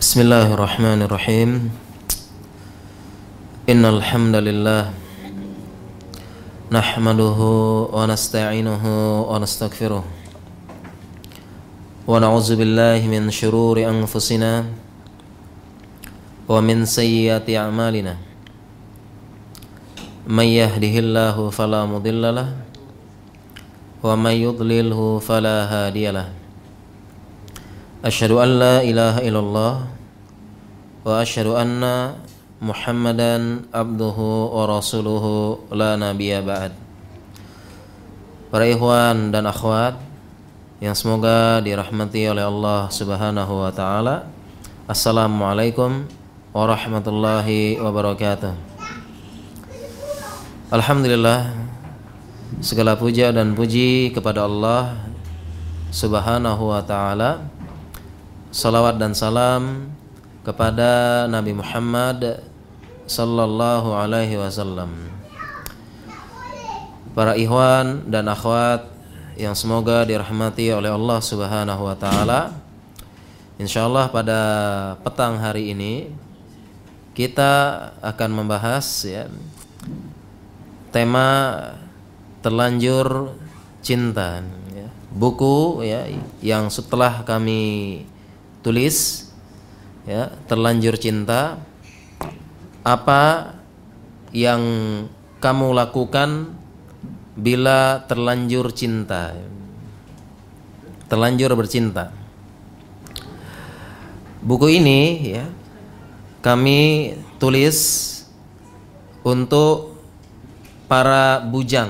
Bismillahirrahmanirrahim. Innal hamdalillah nahmaduhu wa nasta'inuhu wa nastaghfiruh wa na'udzu billahi min shururi anfusina wa min sayyiati a'malina. May yahdihillahu fala mudhillalah wa may yudlilhu fala hadiyalah. Asyhadu an la ilaha illallah wa asyhadu anna Muhammadan abduhu wa rasuluhu la nabiyya ba'd. Para ikhwan dan akhwat yang semoga dirahmati oleh Allah Subhanahu wa taala. Assalamualaikum warahmatullahi wabarakatuh. Alhamdulillah, segala puja dan puji kepada Allah Subhanahu wa taala. Salawat dan salam kepada Nabi Muhammad sallallahu alaihi wasallam. Para ikhwan dan akhwat yang semoga dirahmati oleh Allah Subhanahu wa taala. Insyaallah pada petang hari ini kita akan membahas tema terlanjur cinta, buku yang setelah kami tulis terlanjur cinta. Apa yang kamu lakukan bila terlanjur cinta, terlanjur bercinta. Buku ini kami tulis untuk para bujang,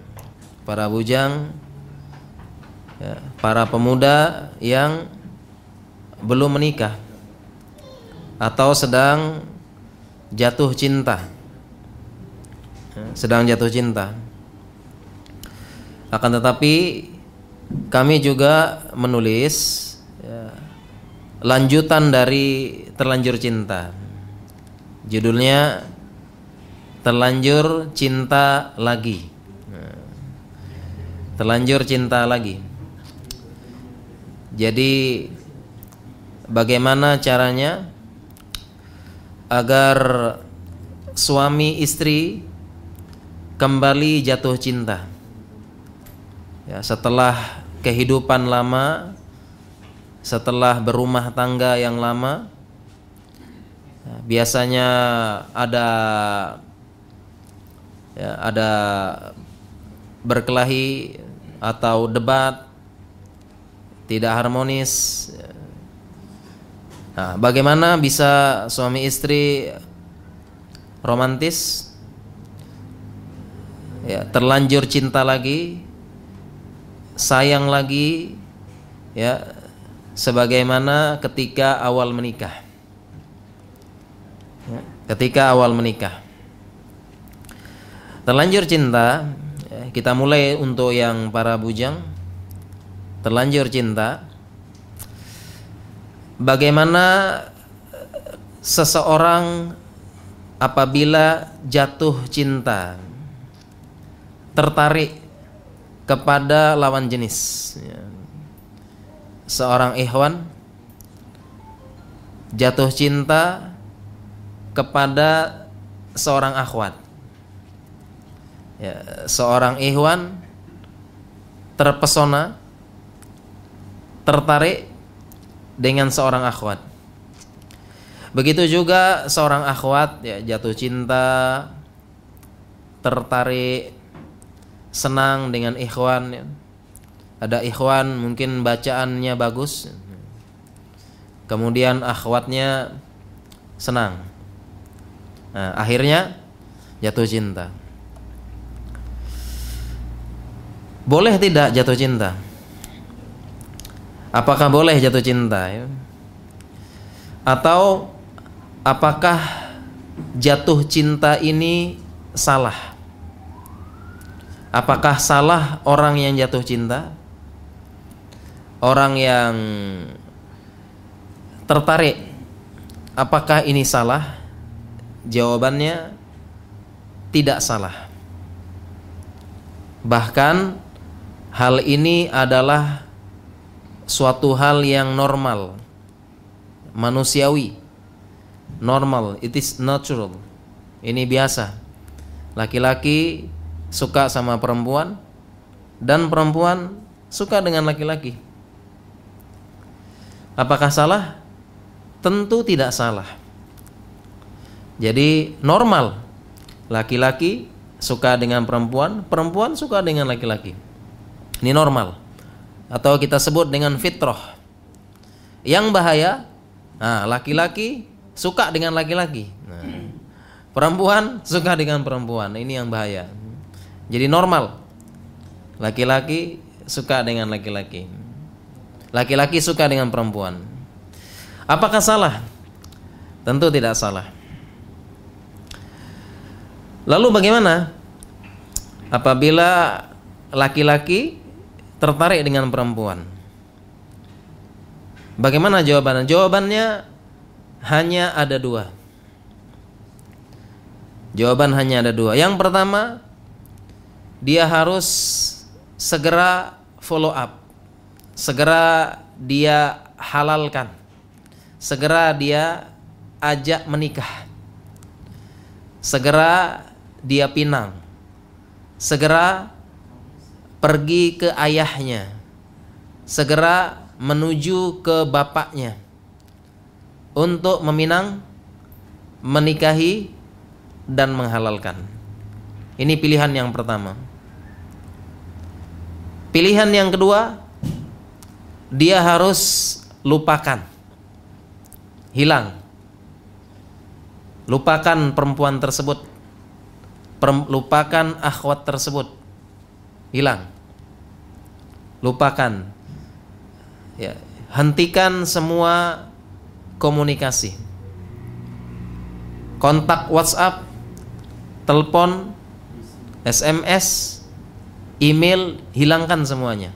para pemuda yang belum menikah atau sedang jatuh cinta, Akan tetapi kami juga menulis lanjutan dari terlanjur cinta. Judulnya terlanjur cinta lagi. Terlanjur cinta lagi. Jadi bagaimana caranya agar suami istri kembali jatuh cinta setelah kehidupan lama, setelah berumah tangga yang lama. Biasanya ada berkelahi atau debat tidak harmonis. Nah, bagaimana bisa suami istri romantis, terlanjur cinta lagi, sayang lagi, sebagaimana ketika awal menikah. Terlanjur cinta, kita mulai untuk yang para bujang. Terlanjur cinta. Bagaimana seseorang apabila jatuh cinta, tertarik kepada lawan jenis. Seorang ikhwan jatuh cinta kepada seorang akhwat. Seorang ikhwan terpesona, tertarik dengan seorang akhwat. Begitu juga seorang akhwat jatuh cinta, tertarik, senang dengan ikhwan. Ada ikhwan mungkin bacaannya bagus, kemudian akhwatnya senang. Nah, akhirnya jatuh cinta. Boleh tidak jatuh cinta? Apakah boleh jatuh cinta? Atau apakah jatuh cinta ini salah? Apakah salah orang yang jatuh cinta? Orang yang tertarik, apakah ini salah? Jawabannya tidak salah. Bahkan hal ini adalah suatu hal yang normal. manusiawi, normal, it is natural. Ini biasa. Laki-laki suka sama perempuan dan perempuan suka dengan laki-laki. Apakah salah? Tentu tidak salah. Jadi normal. Laki-laki suka dengan perempuan, perempuan suka dengan laki-laki. Ini normal. Atau kita sebut dengan fitrah. Yang bahaya, laki-laki suka dengan laki-laki. Perempuan suka dengan perempuan. Ini yang bahaya. Jadi normal. Laki-laki suka dengan laki-laki. Laki-laki suka dengan perempuan. Apakah salah? Tentu tidak salah. Lalu bagaimana apabila laki-laki tertarik dengan perempuan? Bagaimana jawabannya? Jawabannya hanya ada dua. Jawaban hanya ada dua. Yang pertama, dia harus segera follow up. Segera dia halalkan. Segera dia ajak menikah. Segera dia pinang. Segera pergi ke ayahnya. Segera menuju ke bapaknya untuk meminang, menikahi, dan menghalalkan. Ini pilihan yang pertama. Pilihan yang kedua, dia harus lupakan, hilang, lupakan perempuan tersebut, lupakan akhwat tersebut, hilang, lupakan, ya, hentikan semua komunikasi, kontak WhatsApp, telepon, SMS, email, hilangkan semuanya.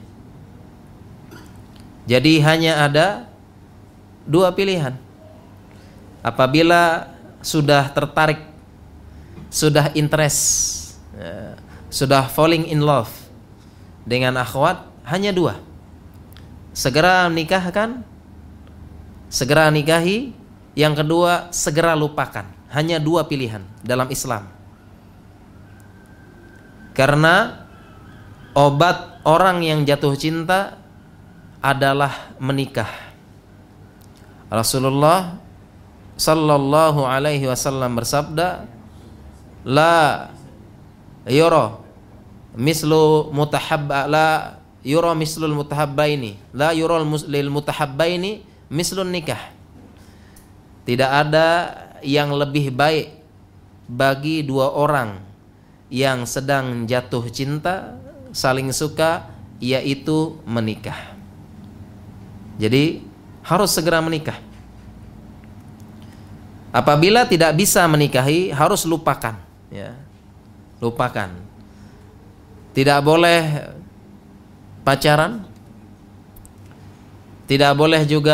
Jadi hanya ada dua pilihan. Apabila sudah tertarik, sudah interest, sudah falling in love dengan akhwat, hanya dua. Segera nikahkan, segera nikahi. Yang kedua, segera lupakan. Hanya dua pilihan dalam Islam. Karena obat orang yang jatuh cinta adalah menikah. Rasulullah sallallahu alaihi wasallam bersabda, la yura mislu mutahabba, la yura mislul mutahabbaini, la yura lil mutahabbaini mislun nikah. Tidak ada yang lebih baik bagi dua orang yang sedang jatuh cinta, saling suka, yaitu menikah. Jadi harus segera menikah. Apabila tidak bisa menikahi, harus lupakan, ya. Lupakan. Tidak boleh pacaran. Tidak boleh juga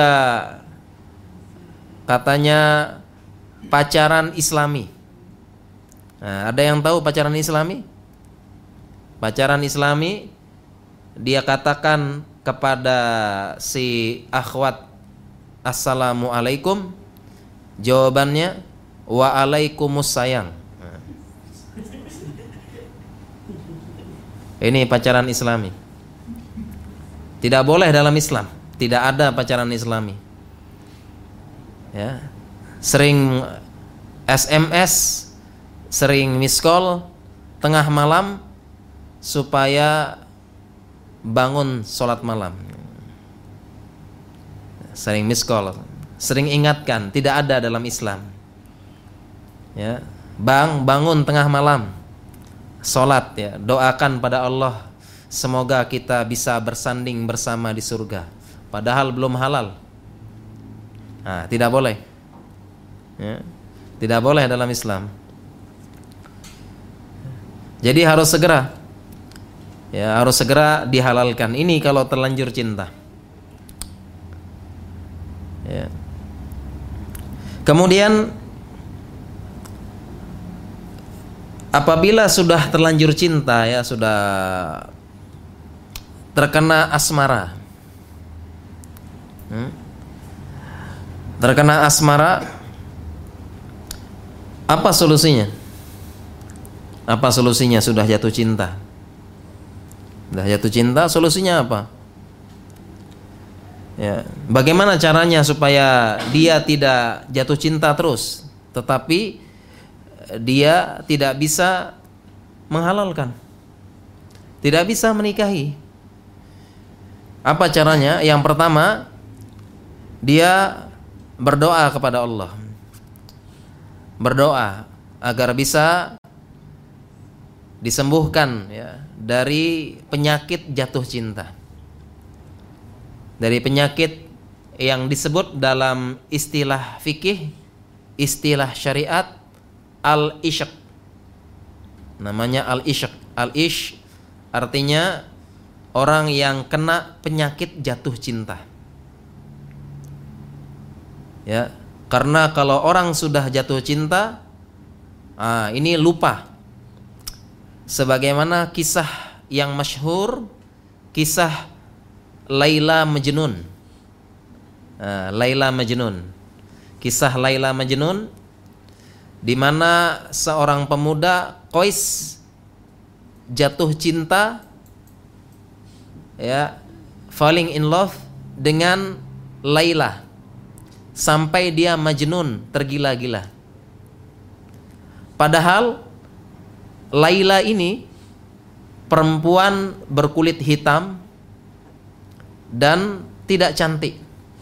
katanya pacaran Islami. Nah, ada yang tahu pacaran Islami? Pacaran Islami, dia katakan kepada si akhwat, assalamualaikum. Jawabannya, waalaikumsalam. Nah. Ini pacaran Islami. Tidak boleh dalam Islam. Tidak ada pacaran Islami. Ya. Sering SMS, sering miss call tengah malam supaya bangun sholat malam. Sering miss call, sering ingatkan, tidak ada dalam Islam. Ya, bangun tengah malam, sholat, ya, doakan pada Allah semoga kita bisa bersanding bersama di surga. Padahal belum halal. Nah, tidak boleh. Ya, tidak boleh dalam Islam. Jadi harus segera, ya, harus segera dihalalkan. Ini kalau terlanjur cinta. Ya. Kemudian apabila sudah terlanjur cinta, ya, sudah terkena asmara, terkena asmara, apa solusinya? Apa solusinya sudah jatuh cinta? Sudah jatuh cinta, solusinya apa? Ya, bagaimana caranya supaya dia tidak jatuh cinta terus, tetapi dia tidak bisa menghalalkan, tidak bisa menikahi? Apa caranya? Yang pertama, dia berdoa kepada Allah, berdoa agar bisa disembuhkan ya dari penyakit jatuh cinta, dari penyakit yang disebut dalam istilah fikih, istilah syariat, al-ishq. Namanya al-ishq. Al-ishq artinya orang yang kena penyakit jatuh cinta. Ya, karena kalau orang sudah jatuh cinta, ini lupa. Sebagaimana kisah yang masyhur, kisah Laila Majnun. Laila Majnun. Kisah Laila Majnun, di mana seorang pemuda Qais jatuh cinta, ya, falling in love dengan Laila, sampai dia majnun, tergila-gila. Padahal Laila ini perempuan berkulit hitam dan tidak cantik,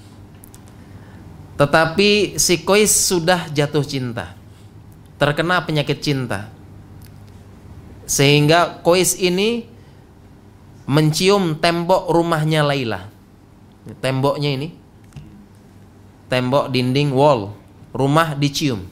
tetapi si Qais sudah jatuh cinta, terkena penyakit cinta, sehingga Qais ini mencium tembok rumahnya Laila. Temboknya ini, tembok dinding wall rumah dicium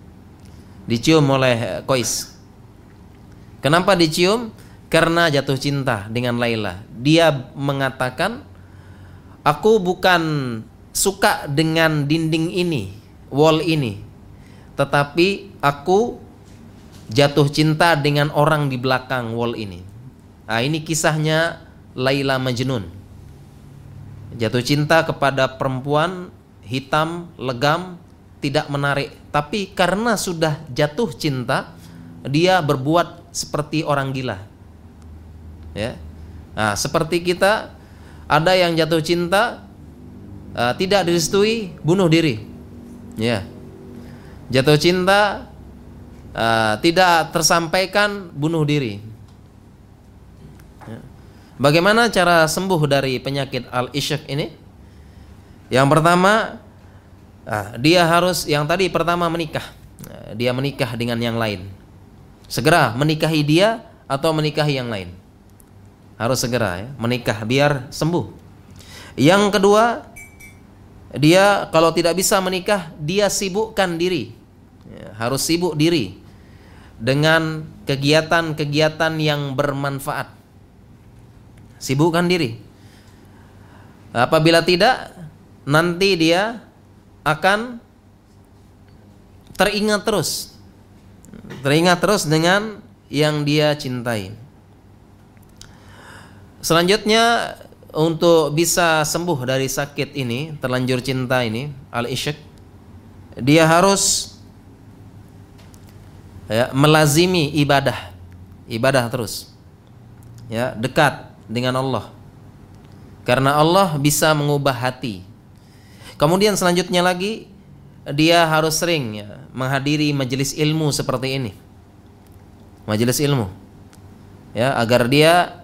oleh Qais. Kenapa dicium? Karena jatuh cinta dengan Laila. Dia mengatakan, aku bukan suka dengan dinding ini, wall ini, tetapi aku jatuh cinta dengan orang di belakang wall ini. Ini kisahnya Laila Majnun. Jatuh cinta kepada perempuan hitam, legam, tidak menarik, tapi karena sudah jatuh cinta, dia berbuat seperti orang gila. Ya. Seperti kita, ada yang jatuh cinta, tidak direstui, bunuh diri. Ya. Jatuh cinta, tidak tersampaikan, bunuh diri. Ya. Bagaimana cara sembuh dari penyakit al-ishq ini? Yang pertama, dia harus, yang tadi pertama menikah. Dia menikah dengan yang lain. Segera menikahi dia atau menikahi yang lain. Harus segera ya, menikah biar sembuh. Yang kedua, dia kalau tidak bisa menikah, dia sibukkan diri. Harus sibuk diri dengan kegiatan-kegiatan yang bermanfaat. Sibukkan diri. Apabila tidak, nanti dia akan teringat terus dengan yang dia cintai. Selanjutnya, untuk bisa sembuh dari sakit ini, terlanjur cinta ini, al-ishq, dia harus melazimi ibadah terus, ya, dekat dengan Allah, karena Allah bisa mengubah hati. Kemudian selanjutnya lagi, dia harus sering menghadiri majelis ilmu seperti ini, majelis ilmu, ya, agar dia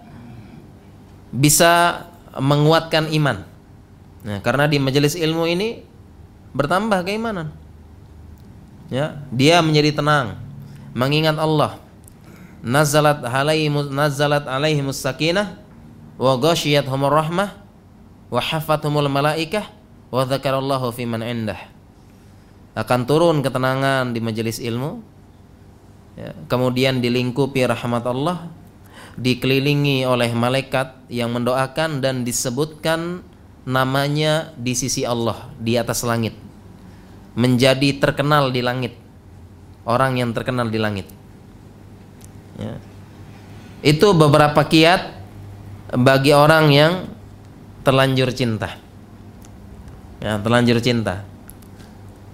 bisa menguatkan iman. Nah, karena di majelis ilmu ini bertambah keimanan, ya, dia menjadi tenang, mengingat Allah. Nazalat alaihimus sakinah wa ghasyiyatuhumur rahmah wa hafathumul malaikah wa dzakarallahu fi man indah. Akan turun ketenangan di majelis ilmu, ya, kemudian dilingkupi rahmat Allah, dikelilingi oleh malaikat yang mendoakan, dan disebutkan namanya di sisi Allah di atas langit, menjadi terkenal di langit, orang yang terkenal di langit, ya. Itu beberapa kiat bagi orang yang terlanjur cinta, ya, terlanjur cinta.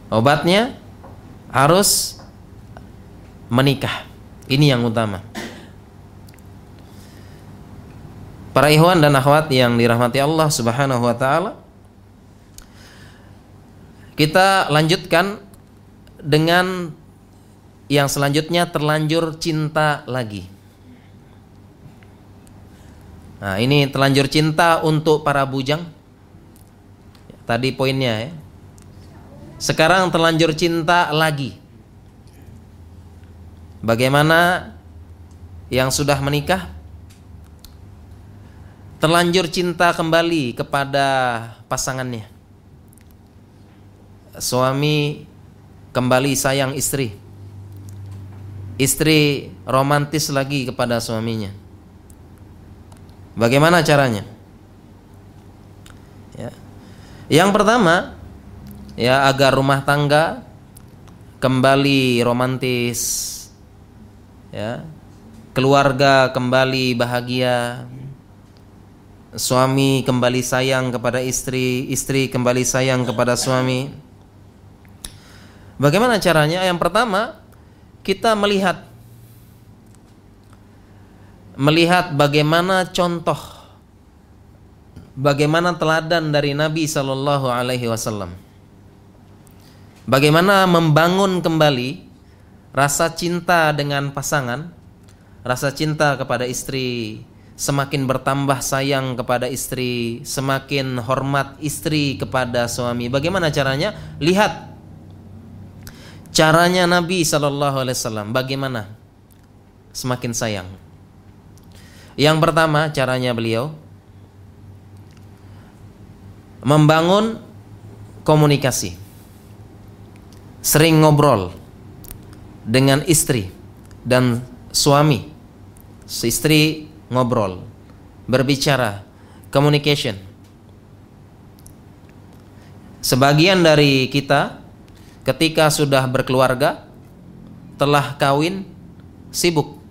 Obatnya harus menikah. Ini yang utama. Para ikhwan dan akhwat yang dirahmati Allah Subhanahu wa taala, kita lanjutkan dengan yang selanjutnya, terlanjur cinta lagi. Nah, ini terlanjur cinta untuk para bujang. Tadi poinnya ya. Sekarang terlanjur cinta lagi. Bagaimana yang sudah menikah? Terlanjur cinta kembali kepada pasangannya. Suami kembali sayang istri. Istri romantis lagi kepada suaminya. Bagaimana caranya? Ya. Yang pertama, ya, agar rumah tangga kembali romantis, ya, keluarga kembali bahagia, suami kembali sayang kepada istri, istri kembali sayang kepada suami. Bagaimana caranya? Yang pertama, kita melihat bagaimana contoh, bagaimana teladan dari Nabi Sallallahu Alaihi Wasallam. Bagaimana membangun kembali rasa cinta dengan pasangan, rasa cinta kepada istri, semakin bertambah sayang kepada istri, semakin hormat istri kepada suami. Bagaimana caranya? Lihat caranya Nabi Sallallahu Alaihi Wasallam. Bagaimana semakin sayang. Yang pertama, caranya beliau membangun komunikasi, sering ngobrol dengan istri dan suami. Istri ngobrol, berbicara, communication. Sebagian dari kita ketika sudah berkeluarga, telah kawin, sibuk.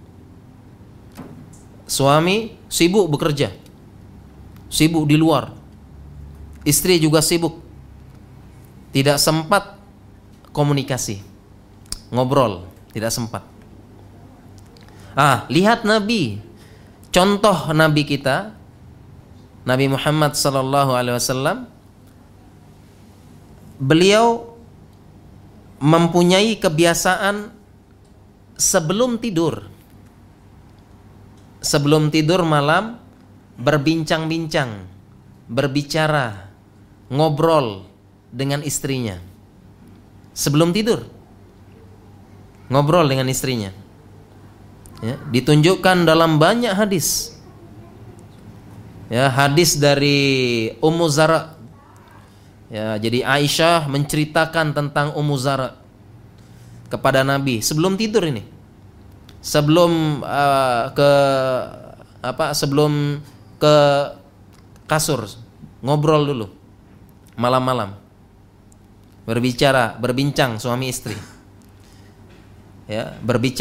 Suami sibuk bekerja, sibuk di luar. Istri juga sibuk. Tidak sempat komunikasi, ngobrol, tidak sempat. Lihat Nabi, contoh Nabi kita, Nabi Muhammad sallallahu alaihi wasallam. Beliau mempunyai kebiasaan sebelum tidur malam berbincang-bincang, berbicara, ngobrol dengan istrinya. Sebelum tidur ngobrol dengan istrinya. Ya, ditunjukkan dalam banyak hadis. Ya, hadis dari Ummu Zara. Ya, jadi Aisyah menceritakan tentang Ummu Zara kepada Nabi sebelum tidur ini. Sebelum sebelum ke kasur, ngobrol dulu malam-malam. Berbincang suami istri. Ya,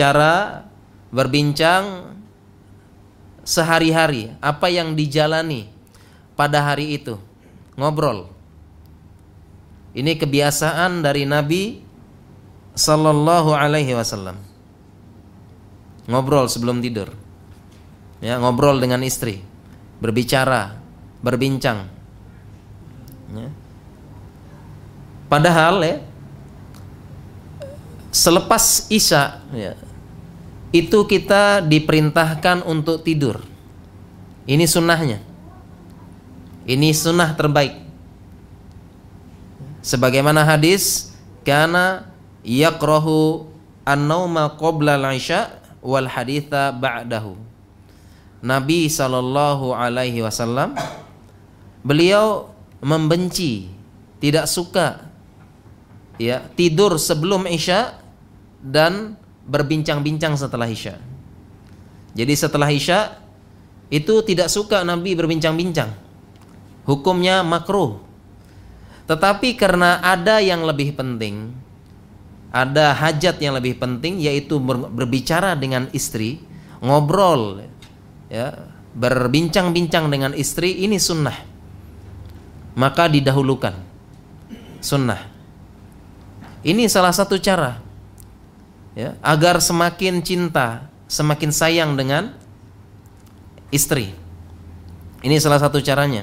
berbincang sehari-hari, apa yang dijalani pada hari itu. Ngobrol. Ini kebiasaan dari Nabi sallallahu alaihi wasallam. Ngobrol sebelum tidur. Ya, ngobrol dengan istri, berbicara, berbincang. Ya. Padahal ya, selepas Isya ya, itu kita diperintahkan untuk tidur. Ini sunnahnya. Ini sunnah terbaik. Sebagaimana hadis, kana yakrahu an-nauma qabla al-isya wal haditha ba'dahu. Nabi sallallahu alaihi wasallam beliau membenci, tidak suka ya tidur sebelum Isya dan berbincang-bincang setelah Isya. Jadi setelah Isya itu tidak suka Nabi berbincang-bincang. Hukumnya makruh. Tetapi karena ada yang lebih penting, ada hajat yang lebih penting, yaitu berbicara dengan istri, ngobrol ya, berbincang-bincang dengan istri, ini sunnah. Maka didahulukan sunnah. Ini salah satu cara, ya, agar semakin cinta, semakin sayang dengan istri. Ini salah satu caranya.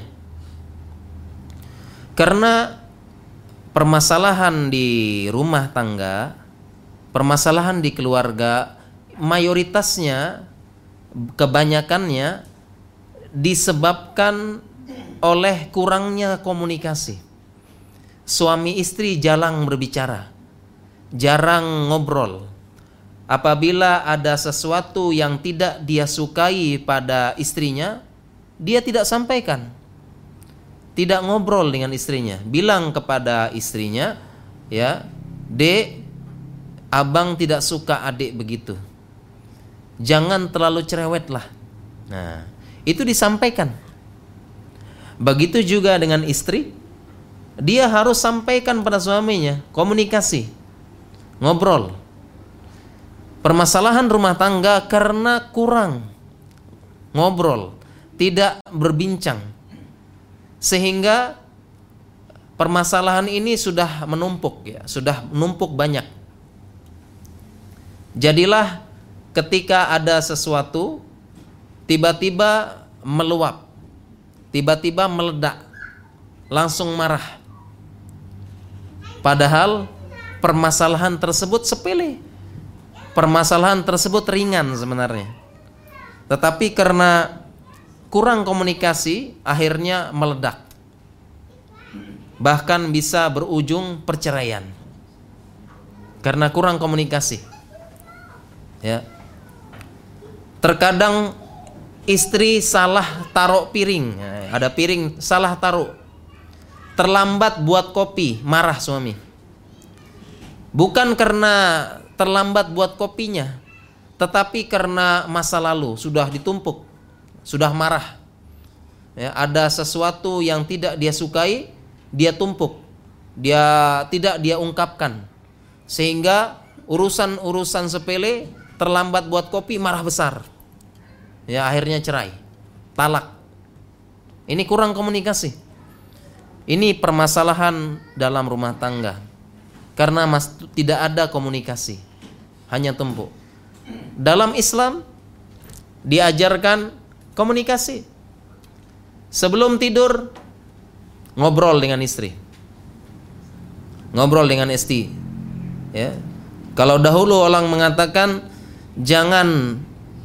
Karena permasalahan di rumah tangga, permasalahan di keluarga, mayoritasnya, kebanyakannya disebabkan oleh kurangnya komunikasi. Suami istri jarang berbicara, jarang ngobrol. Apabila ada sesuatu yang tidak dia sukai pada istrinya, dia tidak sampaikan, tidak ngobrol dengan istrinya. Bilang kepada istrinya, ya, Dek, abang tidak suka adik begitu, jangan terlalu cerewet lah. Nah, itu disampaikan. Begitu juga dengan istri, dia harus sampaikan pada suaminya, komunikasi, ngobrol. Permasalahan rumah tangga karena kurang ngobrol, tidak berbincang, sehingga permasalahan ini sudah menumpuk, ya, sudah menumpuk banyak. Jadilah ketika ada sesuatu tiba-tiba meluap, tiba-tiba meledak, langsung marah. Padahal permasalahan tersebut sepele, permasalahan tersebut ringan sebenarnya, tetapi karena kurang komunikasi akhirnya meledak, bahkan bisa berujung perceraian karena kurang komunikasi. Ya, terkadang istri salah taruh piring, ada piring salah taruh, terlambat buat kopi, marah suami. Bukan karena terlambat buat kopinya, tetapi karena masa lalu sudah ditumpuk, sudah marah. Ya, ada sesuatu yang tidak dia sukai, dia tumpuk, dia tidak dia ungkapkan, sehingga urusan-urusan sepele, terlambat buat kopi, marah besar. Ya, akhirnya cerai, talak. Ini kurang komunikasi. Ini permasalahan dalam rumah tangga karena tidak ada komunikasi, hanya tumpuk. Dalam Islam diajarkan komunikasi. Sebelum tidur ngobrol dengan istri, ngobrol dengan istri. Ya, kalau dahulu orang mengatakan jangan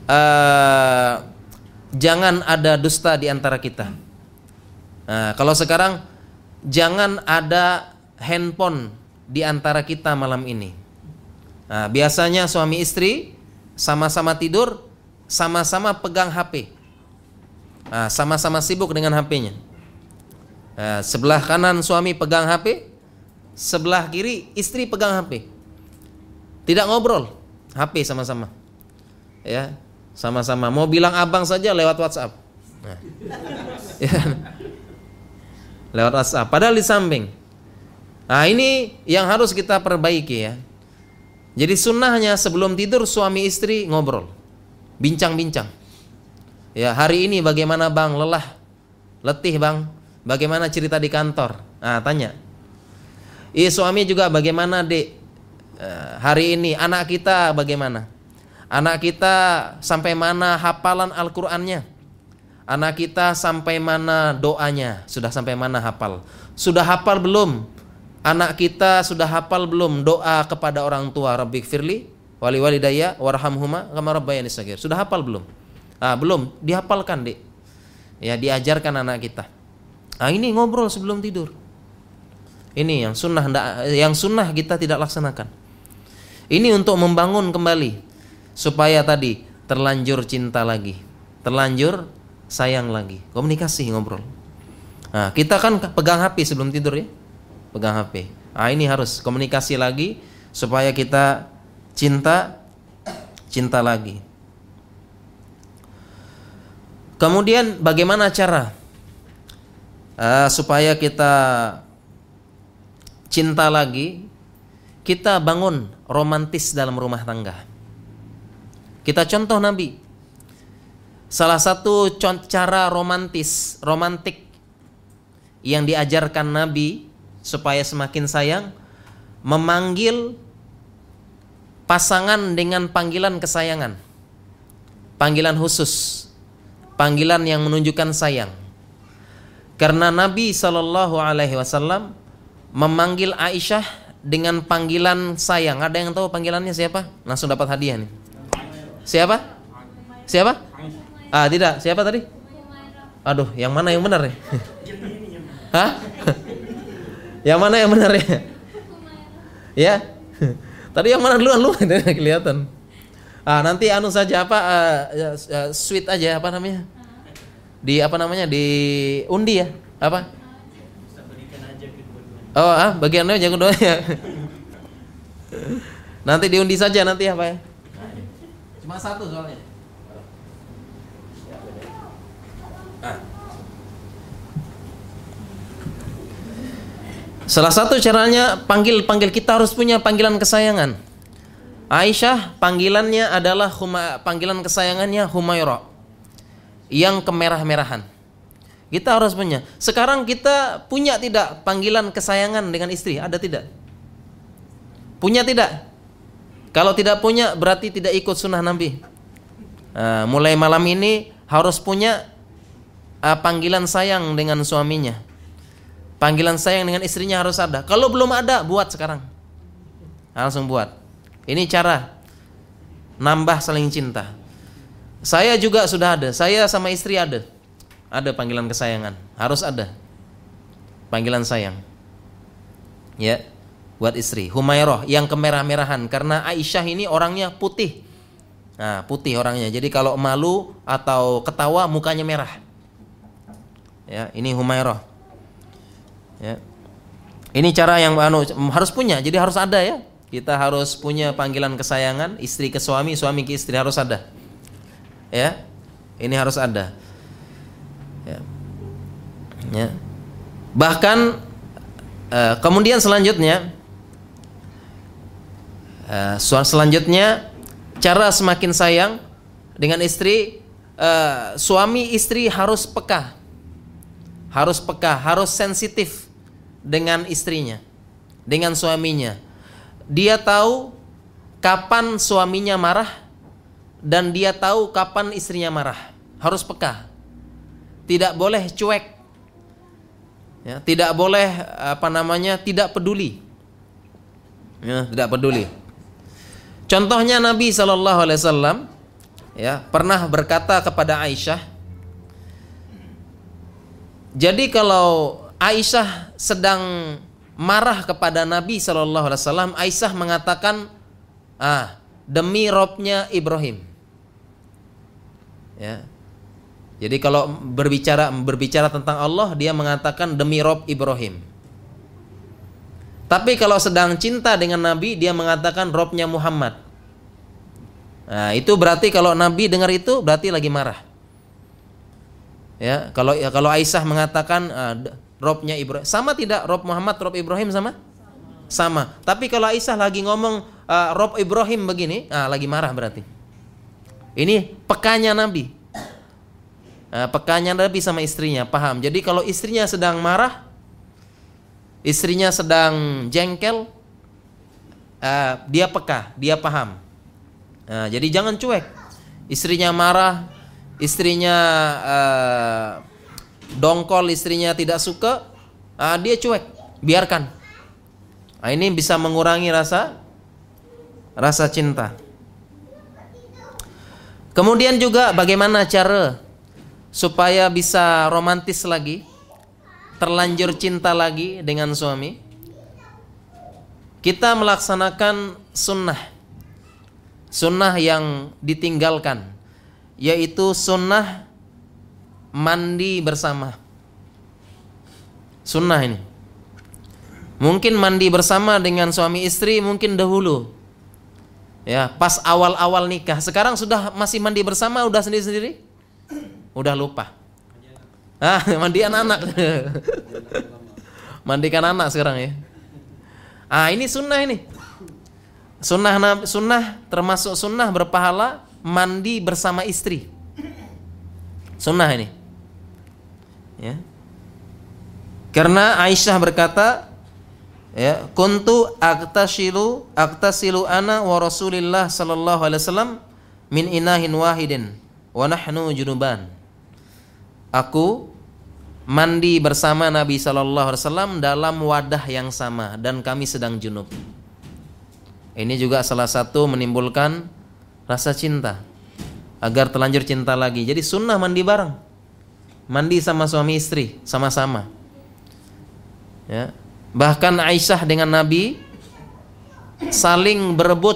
ada dusta di antara kita. Nah, kalau sekarang jangan ada handphone di antara kita malam ini. Nah, biasanya suami istri sama-sama tidur, sama-sama pegang HP. Nah, sama-sama sibuk dengan HP-nya. Nah, sebelah kanan suami pegang HP, sebelah kiri istri pegang HP. Tidak ngobrol, HP sama-sama. Ya, sama-sama. Mau bilang abang saja lewat WhatsApp. Nah, ya, lewat WhatsApp. Padahal di samping. Nah, ini yang harus kita perbaiki, ya. Jadi sunnahnya sebelum tidur suami istri ngobrol, bincang-bincang. Ya, hari ini bagaimana bang? Lelah, letih bang? Bagaimana cerita di kantor? Nah, tanya. Suami juga bagaimana dek? Hari ini anak kita bagaimana? Anak kita sampai mana hafalan Al-Qur'annya? Anak kita sampai mana doanya? Sudah sampai mana hafal? Sudah hafal belum? Anak kita sudah hafal belum doa kepada orang tua? Rabbighfirli wali walidayya warhamhuma kama rabbayani shaghir. Sudah hafal belum? Belum, dihafalkan, Dek. Ya, diajarkan anak kita. Ini ngobrol sebelum tidur. Ini yang sunnah kita tidak laksanakan. Ini untuk membangun kembali supaya tadi terlanjur cinta lagi, terlanjur sayang lagi, komunikasi, ngobrol. Nah, kita kan pegang HP sebelum tidur, ya, pegang HP. Ini harus komunikasi lagi supaya kita cinta lagi. Kemudian bagaimana cara supaya kita cinta lagi? Kita bangun romantis dalam rumah tangga. Kita contoh Nabi. Salah satu cara romantik yang diajarkan Nabi supaya semakin sayang memanggil pasangan dengan panggilan kesayangan, panggilan khusus, panggilan yang menunjukkan sayang. Karena Nabi SAW memanggil Aisyah dengan panggilan sayang. Ada yang tahu panggilannya siapa? Langsung dapat hadiah nih. Siapa? Siapa? Tidak. Siapa tadi? Aduh, yang mana yang benar ya? Hah? Yang mana yang benar ya? Ya? Tadi yang mana duluan lu? Kelihatan. Nanti anu saja apa? Sweet aja apa namanya? Di apa namanya? Di undi ya? Apa? Bagiannya jago doanya. Nanti diundi saja nanti apa ya? Cuma satu soalnya. Salah satu caranya panggil kita harus punya panggilan kesayangan. Aisyah panggilannya adalah panggilan kesayangannya Humairah, yang kemerah-merahan. Kita harus punya. Sekarang kita punya tidak panggilan kesayangan dengan istri? Ada tidak? Punya tidak? Kalau tidak punya berarti tidak ikut sunnah Nabi. Mulai malam ini harus punya panggilan sayang dengan suaminya. Panggilan sayang dengan istrinya harus ada. Kalau belum ada, buat sekarang. Langsung buat. Ini cara nambah saling cinta. Saya juga sudah ada. Saya sama istri ada. Ada panggilan kesayangan. Harus ada panggilan sayang. Ya, buat istri. Humairah yang kemerah-merahan. Karena Aisyah ini orangnya putih. Putih orangnya. Jadi kalau malu atau ketawa mukanya merah. Ya, ini Humairah. Ya. Ini cara yang harus punya. Jadi harus ada ya. Kita harus punya panggilan kesayangan, istri ke suami, suami ke istri harus ada. Ya. Ini harus ada. Ya. Ya. Bahkan kemudian selanjutnya cara semakin sayang dengan istri, suami istri harus peka. Harus peka, harus sensitif dengan istrinya, dengan suaminya. Dia tahu kapan suaminya marah dan dia tahu kapan istrinya marah. Harus peka. Tidak boleh cuek. Ya, tidak boleh tidak peduli. Ya, tidak peduli. Contohnya Nabi SAW ya pernah berkata kepada Aisyah. Jadi kalau Aisyah sedang marah kepada Nabi SAW, Aisyah mengatakan, demi Robnya Ibrahim. Ya. Jadi kalau berbicara tentang Allah, dia mengatakan demi Rob Ibrahim. Tapi kalau sedang cinta dengan Nabi, dia mengatakan Robnya Muhammad. Itu berarti kalau Nabi dengar itu berarti lagi marah. Ya, kalau Aisyah mengatakan Robnya Ibrahim, sama tidak Rob Muhammad, Rob Ibrahim sama? Sama. Tapi kalau Aisyah lagi ngomong Rob Ibrahim begini, lagi marah berarti. Ini pekanya Nabi. Pekanya Nabi sama istrinya, paham. Jadi kalau istrinya sedang marah, istrinya sedang jengkel, dia peka, dia paham. Jadi jangan cuek. Istrinya marah, istrinya dongkol, istrinya tidak suka, dia cuek, biarkan. Ini bisa mengurangi rasa cinta. Kemudian juga bagaimana cara supaya bisa romantis lagi, terlanjur cinta lagi dengan suami? Kita melaksanakan sunnah yang ditinggalkan, yaitu sunnah mandi bersama. Sunnah ini mungkin mandi bersama dengan suami istri mungkin dahulu, ya pas awal-awal nikah. Sekarang sudah masih mandi bersama, udah sendiri-sendiri, udah lupa. Mandi anak-anak. Mandikan anak sekarang ya. Ini sunnah ini. Sunnah termasuk sunnah berpahala mandi bersama istri. Sunnah ini. Ya. Karena Aisyah berkata, Ya, kuntu aktasilu ana wa Rasulillah sallallahu alaihi wasallam min inahin wahidin wa nahnu junuban. Aku mandi bersama Nabi sallallahu alaihi wasallam dalam wadah yang sama dan kami sedang junub. Ini juga salah satu menimbulkan rasa cinta, agar terlanjur cinta lagi. Jadi sunnah mandi bareng, mandi sama suami istri sama-sama. Ya. Bahkan Aisyah dengan Nabi saling berebut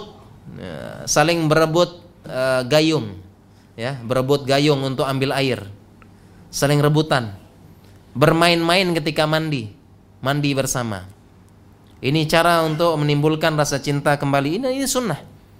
gayung, ya, berebut gayung untuk ambil air, saling rebutan, bermain-main ketika mandi bersama. Ini cara untuk menimbulkan rasa cinta kembali. Ini sunnah.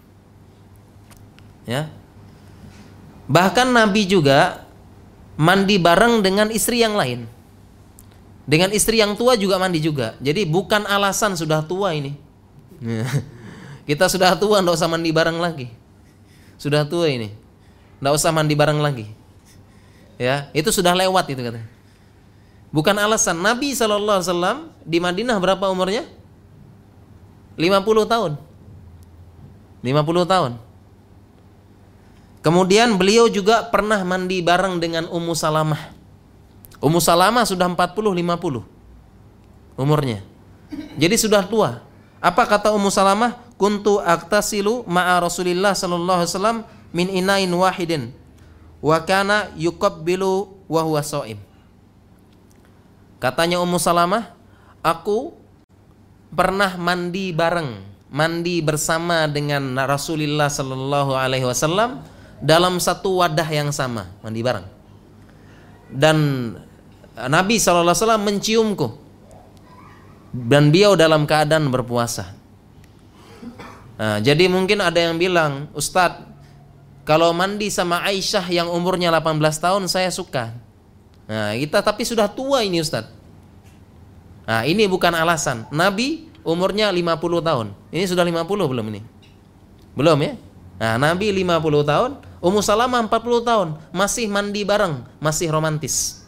Ya. Bahkan Nabi juga mandi bareng dengan istri yang lain. Dengan istri yang tua juga mandi juga. Jadi bukan alasan sudah tua ini. Kita sudah tua, enggak usah mandi bareng lagi. Sudah tua ini, enggak usah mandi bareng lagi. Ya, itu sudah lewat itu katanya. Bukan alasan. Nabi SAW di Madinah berapa umurnya? 50 tahun. 50 tahun. Kemudian beliau juga pernah mandi bareng dengan Ummu Salamah. Ummu Salamah sudah 40-50 umurnya. Jadi sudah tua. Apa kata Ummu Salamah? Kuntu aktasilu ma'a Rasulillah sallallahu alaihi wasallam min inain wahidin wa kana yuqabbilu wa huwa shaim. Katanya Ummu Salamah, aku pernah mandi bersama dengan Rasulullah sallallahu alaihi wasallam dalam satu wadah yang sama, mandi bareng. Dan Nabi SAW menciumku dan beliau dalam keadaan berpuasa. Nah, jadi mungkin ada yang bilang, Ustadz, kalau mandi sama Aisyah yang umurnya 18 tahun saya suka. Nah, kita tapi sudah tua ini Ustadz. Nah, ini bukan alasan. Nabi umurnya 50 tahun. Ini sudah 50 belum ini? Belum ya? Nah, Nabi 50 tahun, Ummu Salamah 40 tahun, masih mandi bareng, masih romantis.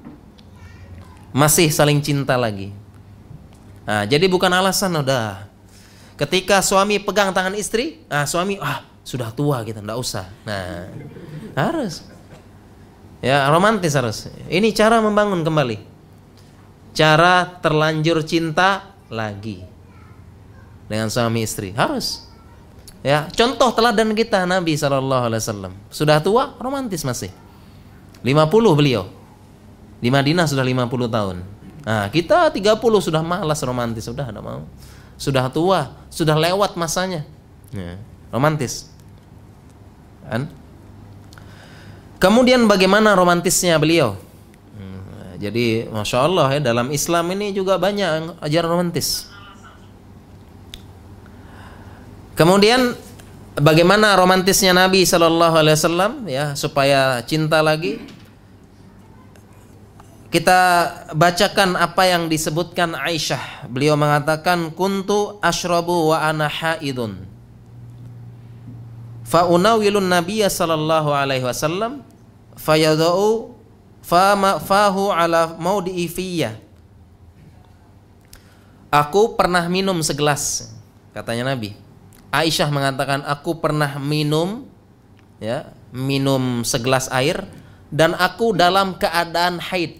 Masih saling cinta lagi. Nah, jadi bukan alasan udah. Ketika suami pegang tangan istri, suami sudah tua kita, enggak usah. Nah, harus. Ya, romantis harus. Ini cara membangun kembali. Cara terlanjur cinta lagi dengan suami istri. Harus. Ya, contoh teladan kita Nabi SAW. Sudah tua, romantis masih. 50 beliau. Di Madinah sudah 50 tahun. Nah, kita 30 sudah malas romantis, sudah enggak mau. Sudah tua, sudah lewat masanya. Ya, romantis. Kan? Kemudian bagaimana romantisnya beliau? Jadi Masya Allah ya, dalam Islam ini juga banyak ajaran romantis. Kemudian bagaimana romantisnya Nabi SAW ya, supaya cinta lagi? Kita bacakan apa yang disebutkan Aisyah. Beliau mengatakan, kuntu ashrabu wa ana haidun fa unawilun nabiyya sallallahu alaihi wasallam fayadau fahu ala maudii fiyya. Aku pernah minum segelas, katanya Nabi. Aisyah mengatakan, aku pernah minum segelas air dan aku dalam keadaan haid.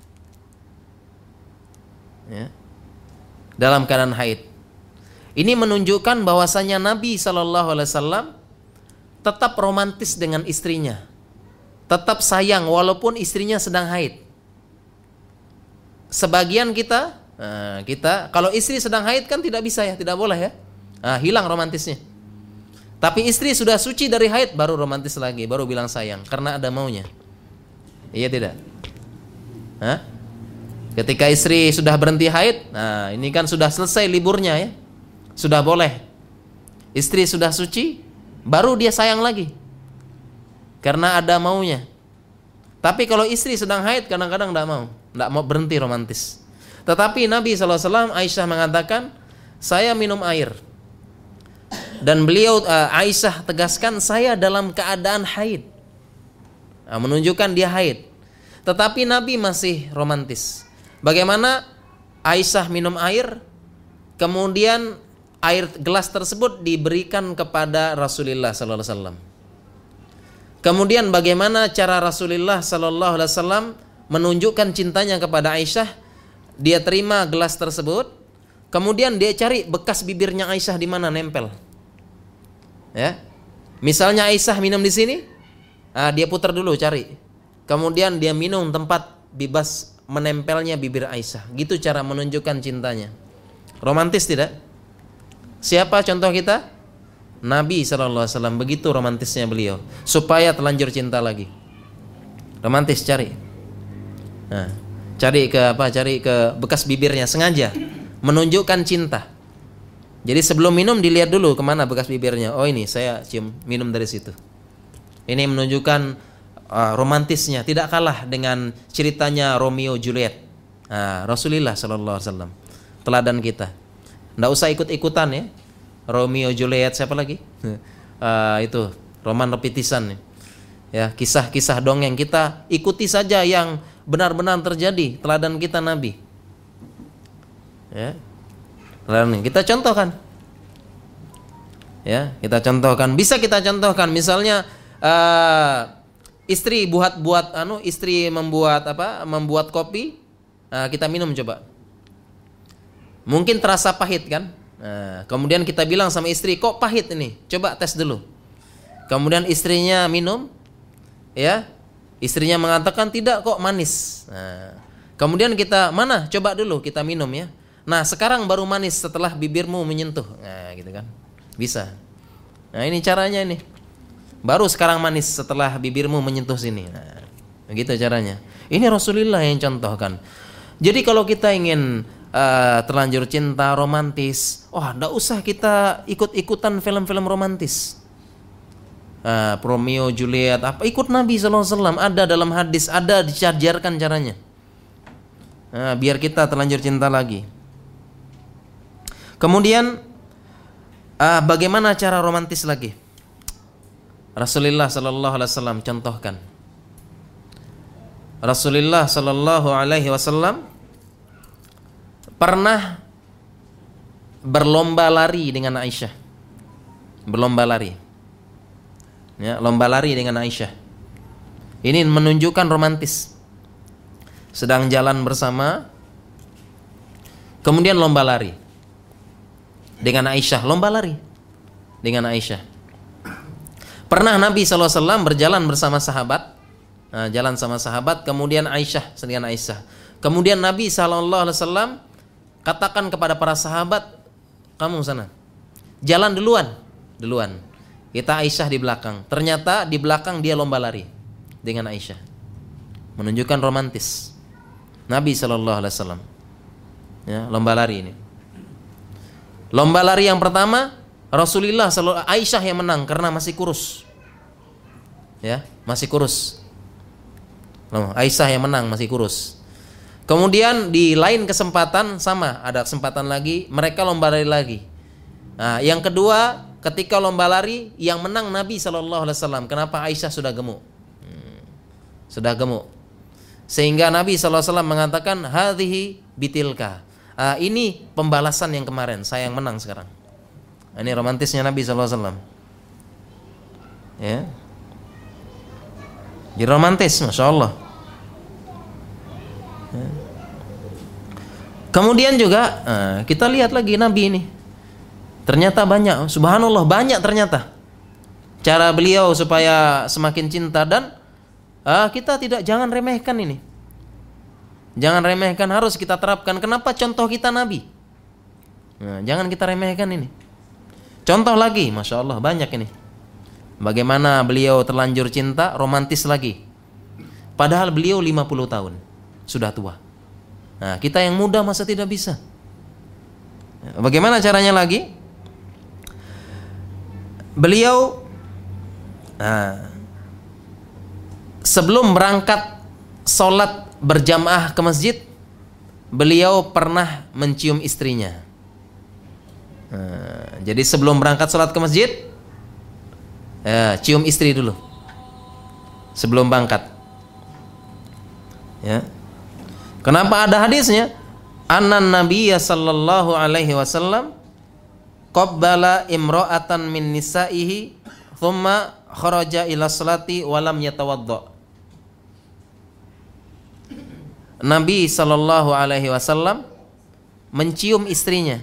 Ya, dalam keadaan haid. Ini menunjukkan bahwasanya Nabi SAW tetap romantis dengan istrinya, tetap sayang walaupun istrinya sedang haid. Sebagian kita kalau istri sedang haid kan tidak bisa ya, tidak boleh ya, hilang romantisnya. Tapi istri sudah suci dari haid baru romantis lagi, baru bilang sayang karena ada maunya. Iya tidak? Ketika istri sudah berhenti haid, nah ini kan sudah selesai liburnya ya, sudah boleh. Istri sudah suci, baru dia sayang lagi, karena ada maunya. Tapi kalau istri sedang haid kadang-kadang tidak mau berhenti romantis. Tetapi Nabi SAW, Aisyah mengatakan, saya minum air. Dan beliau, Aisyah tegaskan, saya dalam keadaan haid. Nah, menunjukkan dia haid. Tetapi Nabi masih romantis. Bagaimana Aisyah minum air, kemudian air gelas tersebut diberikan kepada Rasulullah sallallahu alaihi wasallam. Kemudian bagaimana cara Rasulullah sallallahu alaihi wasallam menunjukkan cintanya kepada Aisyah? Dia terima gelas tersebut, kemudian dia cari bekas bibirnya Aisyah di mana nempel. Ya. Misalnya Aisyah minum di sini, dia putar dulu cari. Kemudian dia minum tempat bebas menempelnya bibir Aisyah. Gitu cara menunjukkan cintanya. Romantis tidak? Siapa contoh kita? Nabi SAW. Begitu romantisnya beliau. Supaya telanjur cinta lagi. Romantis cari. Nah, cari ke bekas bibirnya sengaja menunjukkan cinta. Jadi sebelum minum dilihat dulu kemana bekas bibirnya. Oh ini saya cium minum dari situ. Ini menunjukkan romantisnya. Tidak kalah dengan ceritanya Romeo Juliet. Rasulullah SAW. Teladan kita. Nggak usah ikut-ikutan ya. Romeo Juliet siapa lagi? Itu roman repetisan ya. Kisah-kisah dongeng kita ikuti saja yang benar-benar terjadi. Teladan kita Nabi. Ya. Teladan kita contohkan. Ya, kita contohkan. Bisa kita contohkan. Misalnya istri istri membuat kopi. Kita minum coba. Mungkin terasa pahit kan? Kemudian kita bilang sama istri, kok pahit ini? Coba tes dulu. Kemudian istrinya minum, ya, istrinya mengatakan tidak kok manis. Kemudian kita mana? Coba dulu kita minum ya. Nah sekarang baru manis setelah bibirmu menyentuh. Gitu kan? Bisa. Nah ini caranya ini. Baru sekarang manis setelah bibirmu menyentuh sini. Begitu caranya. Ini Rasulullah yang contohkan. Jadi kalau kita ingin terlanjur cinta romantis, enggak usah kita ikut-ikutan film-film romantis. Romeo Juliet ikut Nabi SAW, ada dalam hadis, ada diajarkan caranya. Biar kita terlanjur cinta lagi. Kemudian bagaimana cara romantis lagi? Rasulullah SAW contohkan. Rasulullah SAW pernah berlomba lari dengan Aisyah. Berlomba lari. Ya, lomba lari dengan Aisyah. Ini menunjukkan romantis. Sedang jalan bersama, kemudian lomba lari dengan Aisyah. Lomba lari dengan Aisyah. Pernah Nabi SAW berjalan bersama sahabat, jalan sama sahabat, kemudian Aisyah dengan Aisyah. Kemudian Nabi SAW katakan kepada para sahabat, kamu sana, jalan duluan. Kita Aisyah di belakang. Ternyata di belakang dia lomba lari dengan Aisyah. Menunjukkan romantis. Nabi SAW. Ya, lomba lari ini. Lomba lari yang pertama, Rasulullah Aisyah yang menang karena masih kurus. Ya, masih kurus. Aisyah yang menang masih kurus. Kemudian di lain kesempatan sama, ada kesempatan lagi, mereka lomba lari lagi. Yang kedua, ketika lomba lari yang menang Nabi SAW. Kenapa? Aisyah sudah gemuk. Sudah gemuk. Sehingga Nabi SAW mengatakan, hadhihi bitilka. Ini pembalasan yang kemarin, saya yang menang sekarang. Ini romantisnya Nabi SAW. Ya. Jadi romantis, Masya Allah. Kemudian juga kita lihat lagi Nabi ini. Ternyata banyak, subhanallah banyak ternyata cara beliau supaya semakin cinta. Dan kita jangan remehkan ini. Jangan remehkan, harus kita terapkan. Kenapa? Contoh kita Nabi. Jangan kita remehkan ini. Contoh lagi, Masya Allah banyak ini. Bagaimana beliau terlanjur cinta, romantis lagi. Padahal beliau 50 tahun, sudah tua. Nah, kita yang muda masa tidak bisa? Bagaimana caranya lagi? Beliau sebelum berangkat sholat berjamaah ke masjid, beliau pernah mencium istrinya. Jadi sebelum berangkat sholat ke masjid, cium istri dulu sebelum berangkat. Ya. Kenapa ada hadisnya? anna nabiyya sallallahu alaihi wasallam qabbala imra'atan min nisa'ihi thumma kharaja ila salati wa lam yatawadda. Nabi sallallahu alaihi wasallam mencium istrinya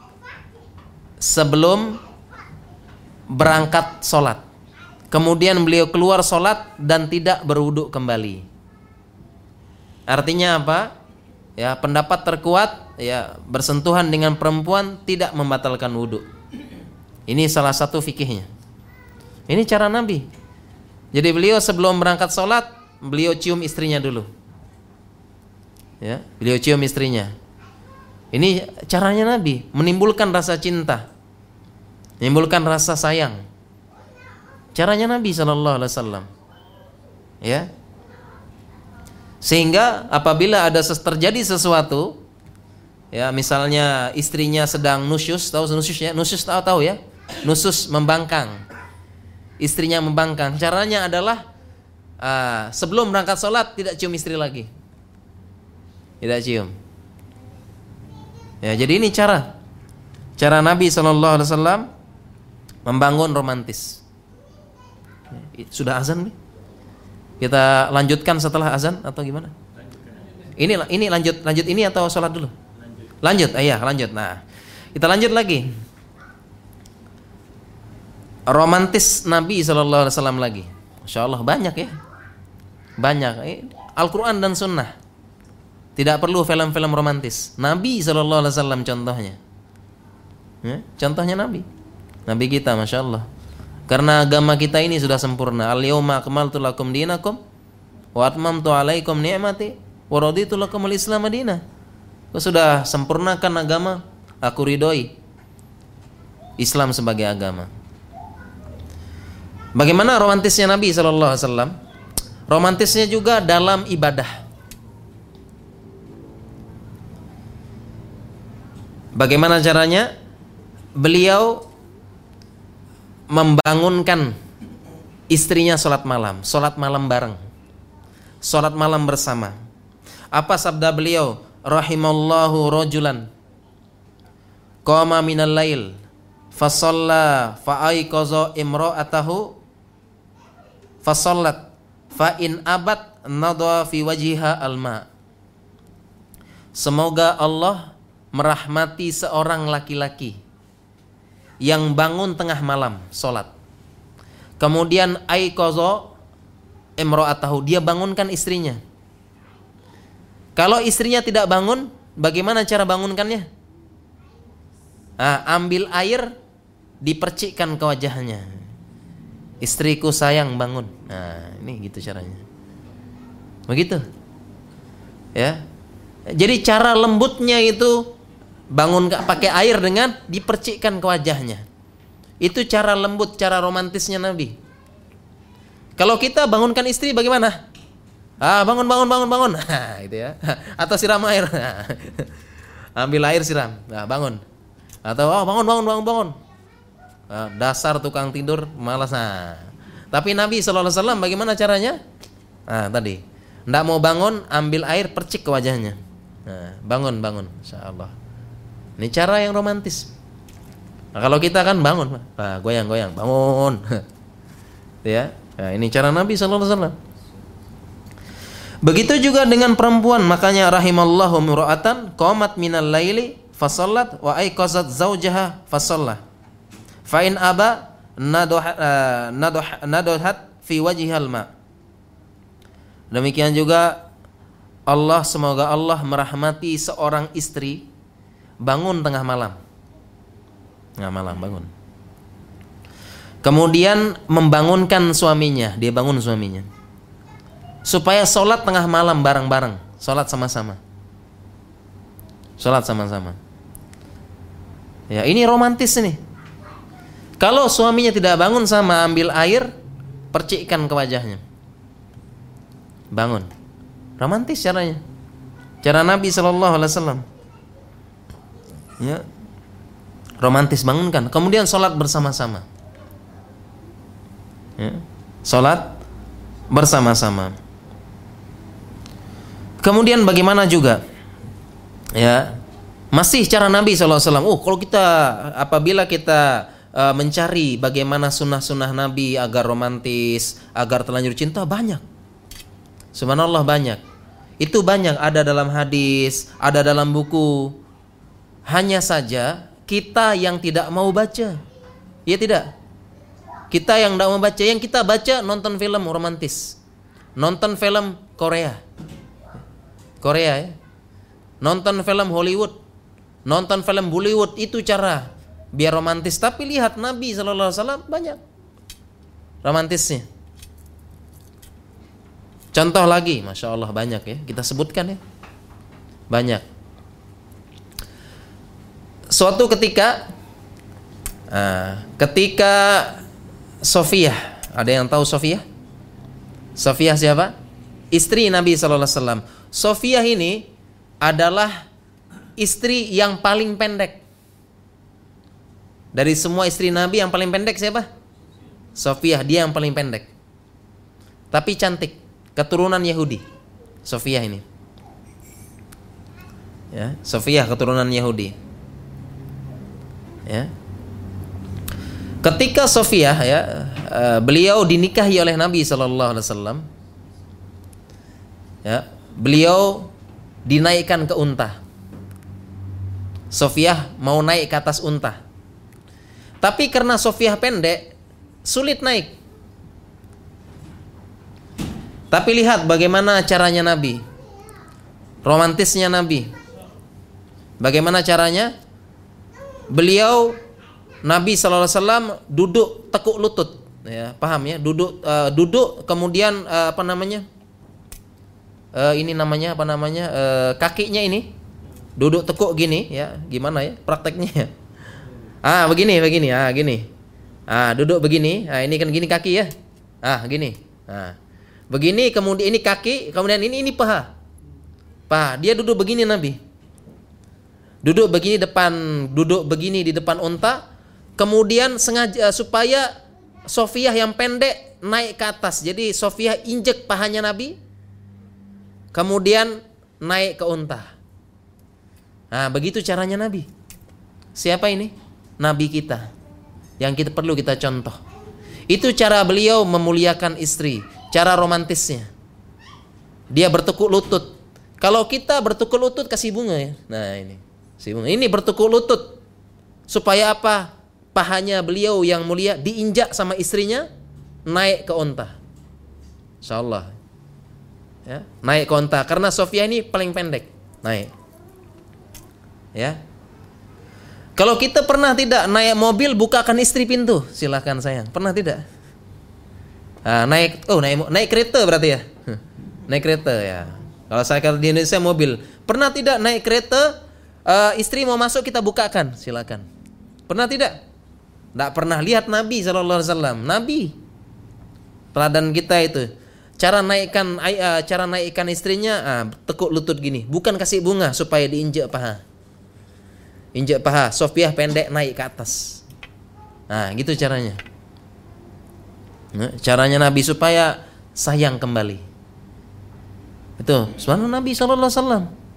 sebelum berangkat sholat. Kemudian beliau keluar sholat dan tidak berwudu kembali. Artinya apa? Ya, pendapat terkuat, ya, bersentuhan dengan perempuan tidak membatalkan wudu. Ini salah satu fikihnya. Ini cara Nabi. Jadi beliau sebelum berangkat sholat, beliau cium istrinya dulu. Ya, beliau cium istrinya. Ini caranya Nabi, menimbulkan rasa cinta, menimbulkan rasa sayang. Caranya Nabi SAW. Ya. Sehingga apabila ada terjadi sesuatu, ya, misalnya istrinya sedang nusyus, tahu nusyus ya? Nusyus tahu ya? Nusyus membangkang. Istrinya membangkang. Caranya adalah sebelum berangkat sholat tidak cium istri lagi. Tidak cium. Ya, jadi ini cara Nabi SAW membangun romantis. Sudah azan nih? Kita lanjutkan setelah azan atau gimana? Ini lanjut ini atau sholat dulu? Lanjut, iya lanjut. Nah, kita lanjut lagi. Romantis Nabi SAW lagi. Masya Allah banyak ya, banyak. Al-Quran dan Sunnah. Tidak perlu film-film romantis. Nabi SAW contohnya. Ya, contohnya Nabi kita, Masya Allah. Karena agama kita ini sudah sempurna. Al-yawma akmaltu lakum dinakum wa atmamtu alaikum ni'mati wa raditu lakumul Islam madinah. Aku sudah sempurnakan agama, aku ridhoi Islam sebagai agama. Bagaimana romantisnya Nabi SAW? Romantisnya juga dalam ibadah. Bagaimana caranya? Beliau membangunkan istrinya sholat malam bareng, sholat malam bersama. Apa sabda beliau? Rahimallahu rajulan qama minal lail fasalla fa'aiqaza imra'atahu fasallat fa in abat nadha fi wajhiha alma. Semoga Allah merahmati seorang laki-laki yang bangun tengah malam sholat, kemudian aiqaza imra'atahu, dia bangunkan istrinya. Kalau istrinya tidak bangun, bagaimana cara bangunkannya? Ambil air, dipercikkan ke wajahnya. Istriku sayang, bangun. Nah, ini gitu caranya. Begitu. Ya. Jadi cara lembutnya itu bangun pakai air dengan dipercikkan ke wajahnya. Itu cara lembut, cara romantisnya Nabi. Kalau kita bangunkan istri bagaimana? Bangun. Gitu ya. Atau siram air. Ambil air siram. Bangun. Atau bangun. Dasar tukang tidur, malas. Tapi Nabi SAW bagaimana caranya? Tadi. Nggak mau bangun, ambil air, percik ke wajahnya. Bangun. Insyaallah. Ini cara yang romantis. Kalau kita kan bangun, goyang, bangun. Ya. Ini cara Nabi SAW. Begitu juga dengan perempuan, makanya rahimallahu imra'atan qamat minal laili fasallat wa aiqazat zaujaha fasalla. Fa in aba nadohat fi wajhihal ma. Demikian juga semoga Allah merahmati seorang istri bangun tengah malam. Bangun. Kemudian membangunkan suaminya, dia bangun suaminya. Supaya sholat tengah malam bareng-bareng, sholat sama-sama. Ya, ini romantis nih. Kalau suaminya tidak bangun sama, ambil air, percikkan ke wajahnya. Bangun. Romantis caranya. Cara Nabi SAW. Ya. Romantis, bangunkan. Kemudian sholat bersama-sama. Ya. Sholat bersama-sama. Kemudian bagaimana juga? Ya. Masih cara Nabi SAW. Kalau kita apabila kita mencari bagaimana sunnah-sunnah Nabi agar romantis, agar terlanjur cinta, banyak. Subhanallah, banyak. Itu banyak, ada dalam hadis, ada dalam buku. Hanya saja kita yang tidak mau baca. Ya tidak? Kita yang tidak mau baca. Yang kita baca nonton film romantis, nonton film Korea ya, nonton film Hollywood, nonton film Bollywood. Itu cara biar romantis. Tapi lihat Nabi SAW banyak romantisnya. Contoh lagi, Masya Allah banyak ya, kita sebutkan ya, banyak. Suatu ketika Sofiyah, ada yang tahu Sofiyah? Sofiyah siapa? Istri Nabi SAW. Sofiyah ini adalah istri yang paling pendek. Dari semua istri Nabi yang paling pendek siapa? Sofiyah, dia yang paling pendek. Tapi cantik, keturunan Yahudi. Sofiyah ini. Ya, Sofiyah keturunan Yahudi. Ya. Ketika Sofiyah ya, beliau dinikahi oleh Nabi SAW. Ya, beliau dinaikkan ke unta. Sofiyah mau naik ke atas unta. Tapi karena Sofiyah pendek, sulit naik. Tapi lihat bagaimana caranya Nabi, romantisnya Nabi. Bagaimana caranya? Beliau Nabi SAW duduk tekuk lutut, ya paham ya? Duduk kemudian kakinya ini duduk tekuk gini, ya gimana ya prakteknya? Begini, gini. Duduk begini. Ini kan gini kaki ya. Gini. Begini, kemudian ini kaki, kemudian ini paha. Dia duduk begini Nabi. Duduk begini di depan unta. Kemudian sengaja supaya Sofiyah yang pendek naik ke atas. Jadi Sofiyah injek pahanya Nabi, kemudian naik ke unta. Begitu caranya Nabi. Siapa ini? Nabi kita, yang kita perlu kita contoh. Itu cara beliau memuliakan istri, cara romantisnya. Dia bertekuk lutut. Kalau kita bertekuk lutut kasih bunga ya. Ini bertekuk lutut supaya apa? Pahanya beliau yang mulia diinjak sama istrinya, naik ke unta. Insyaallah. Ya, naik ke unta karena Sofiyah ini paling pendek, naik. Ya. Kalau kita pernah tidak naik mobil, bukakan istri pintu, silakan sayang. Pernah tidak? Naik kereta berarti ya. Naik kereta ya. Kalau saya kalau di Indonesia mobil, pernah tidak naik kereta? Istri mau masuk kita bukakan, silakan. Pernah tidak? Tidak pernah. Lihat Nabi SAW. Nabi teladan kita itu. Cara naikkan istrinya, tekuk lutut gini. Bukan kasih bunga supaya diinjak paha. Injak paha. Sofiyah pendek naik ke atas. Gitu caranya. Caranya Nabi supaya sayang kembali. Itu subhanallah Nabi SAW.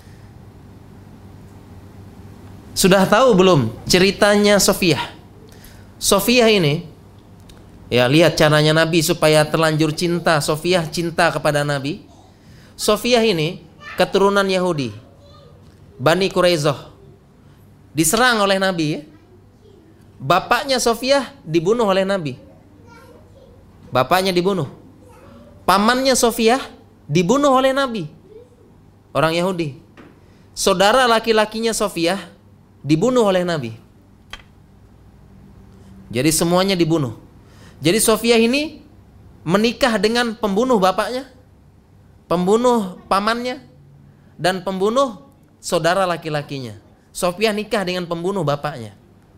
Sudah tahu belum ceritanya Sofiyah? Sofiyah ini, ya lihat caranya Nabi supaya terlanjur cinta. Sofiyah cinta kepada Nabi. Sofiyah ini keturunan Yahudi, Bani Quraizoh, diserang oleh Nabi ya. Bapaknya Sofiyah dibunuh oleh Nabi. Bapaknya dibunuh. Pamannya Sofiyah dibunuh oleh Nabi. Orang Yahudi. Saudara laki-lakinya Sofiyah dibunuh oleh Nabi. Jadi semuanya dibunuh. Jadi Sofiyah ini menikah dengan pembunuh bapaknya, pembunuh pamannya, dan pembunuh saudara laki-lakinya. Sofiyah nikah dengan pembunuh bapaknya.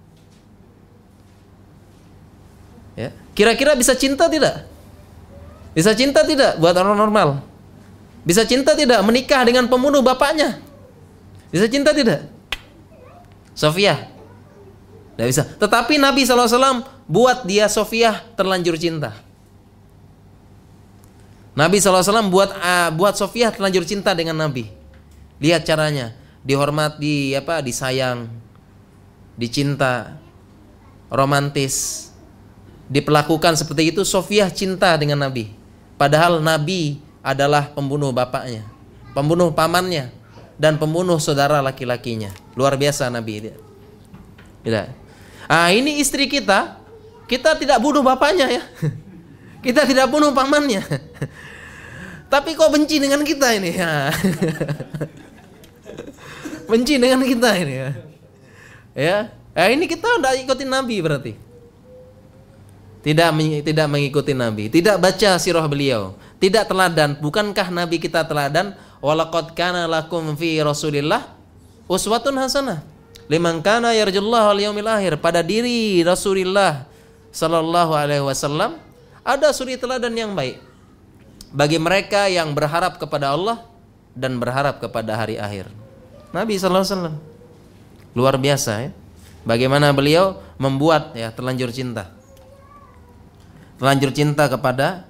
Ya. Kira-kira bisa cinta tidak? Bisa cinta tidak buat orang normal? Bisa cinta tidak menikah dengan pembunuh bapaknya? Bisa cinta tidak? Sofiyah tidak bisa. Tetapi Nabi SAW buat dia Sofiyah terlanjur cinta. Nabi SAW buat Sofiyah terlanjur cinta dengan Nabi. Lihat caranya. dihormati, disayang, dicinta, romantis, diperlakukan seperti itu. Sofiyah cinta dengan Nabi, padahal Nabi adalah pembunuh bapaknya, pembunuh pamannya, dan pembunuh saudara laki-lakinya. Luar biasa Nabi. Tidak. Ini istri kita tidak bunuh bapaknya ya. Kita tidak bunuh pamannya. Tapi kok benci dengan kita ini ya. Benci dengan kita ini ya. Ini kita udah ikutin Nabi berarti. Tidak mengikuti Nabi, tidak baca sirah beliau, tidak teladan. Bukankah Nabi kita teladan? Walaqad kana lakum fi Rasulillah uswatun hasanah liman kana yarjullaha wal yaumil akhir. Pada diri Rasulullah sallallahu alaihi wasallam ada suri teladan yang baik bagi mereka yang berharap kepada Allah dan berharap kepada hari akhir. Nabi sallallahu alaihi wasallam luar biasa ya. Bagaimana beliau membuat terlanjur cinta. Terlanjur cinta kepada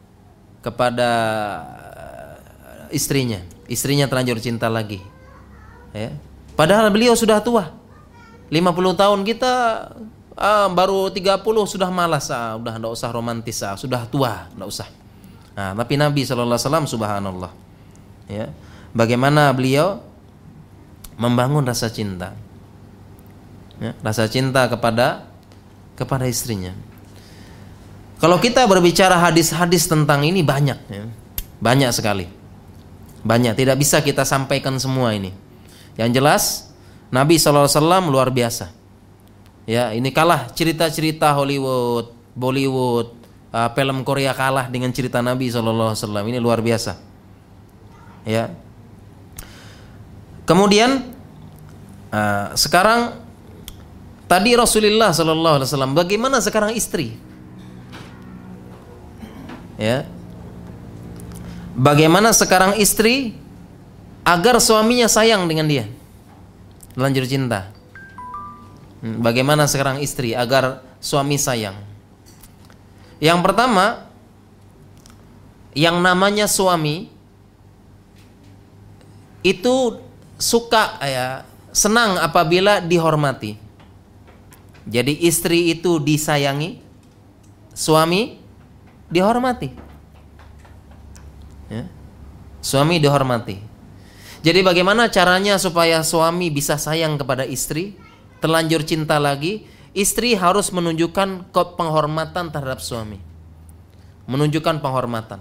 istrinya. Istrinya terlanjur cinta lagi. Ya. Padahal beliau sudah tua. 50 tahun, kita baru 30 sudah malas, udah enggak usah romantis, sudah tua, enggak usah. Tapi Nabi sallallahu alaihi wasallam subhanallah. Ya. Bagaimana beliau membangun rasa cinta. Ya, rasa cinta kepada istrinya. Kalau kita berbicara hadis-hadis tentang ini banyak ya. Banyak sekali. Banyak, tidak bisa kita sampaikan semua ini. Yang jelas Nabi sallallahu alaihi wasallam luar biasa. Ya, ini kalah cerita-cerita Hollywood, Bollywood, film Korea kalah dengan cerita Nabi sallallahu alaihi wasallam. Ini luar biasa. Ya. Kemudian sekarang tadi Rasulullah sallallahu alaihi wasallam, bagaimana sekarang istri? Ya. Bagaimana sekarang istri agar suaminya sayang dengan dia? Lanjut cinta. Bagaimana sekarang istri agar suami sayang? Yang pertama, yang namanya suami itu suka senang apabila dihormati. Jadi istri itu disayangi, suami dihormati. Ya. Suami dihormati. Jadi bagaimana caranya supaya suami bisa sayang kepada istri, terlanjur cinta lagi? Istri harus menunjukkan penghormatan terhadap suami. Menunjukkan penghormatan.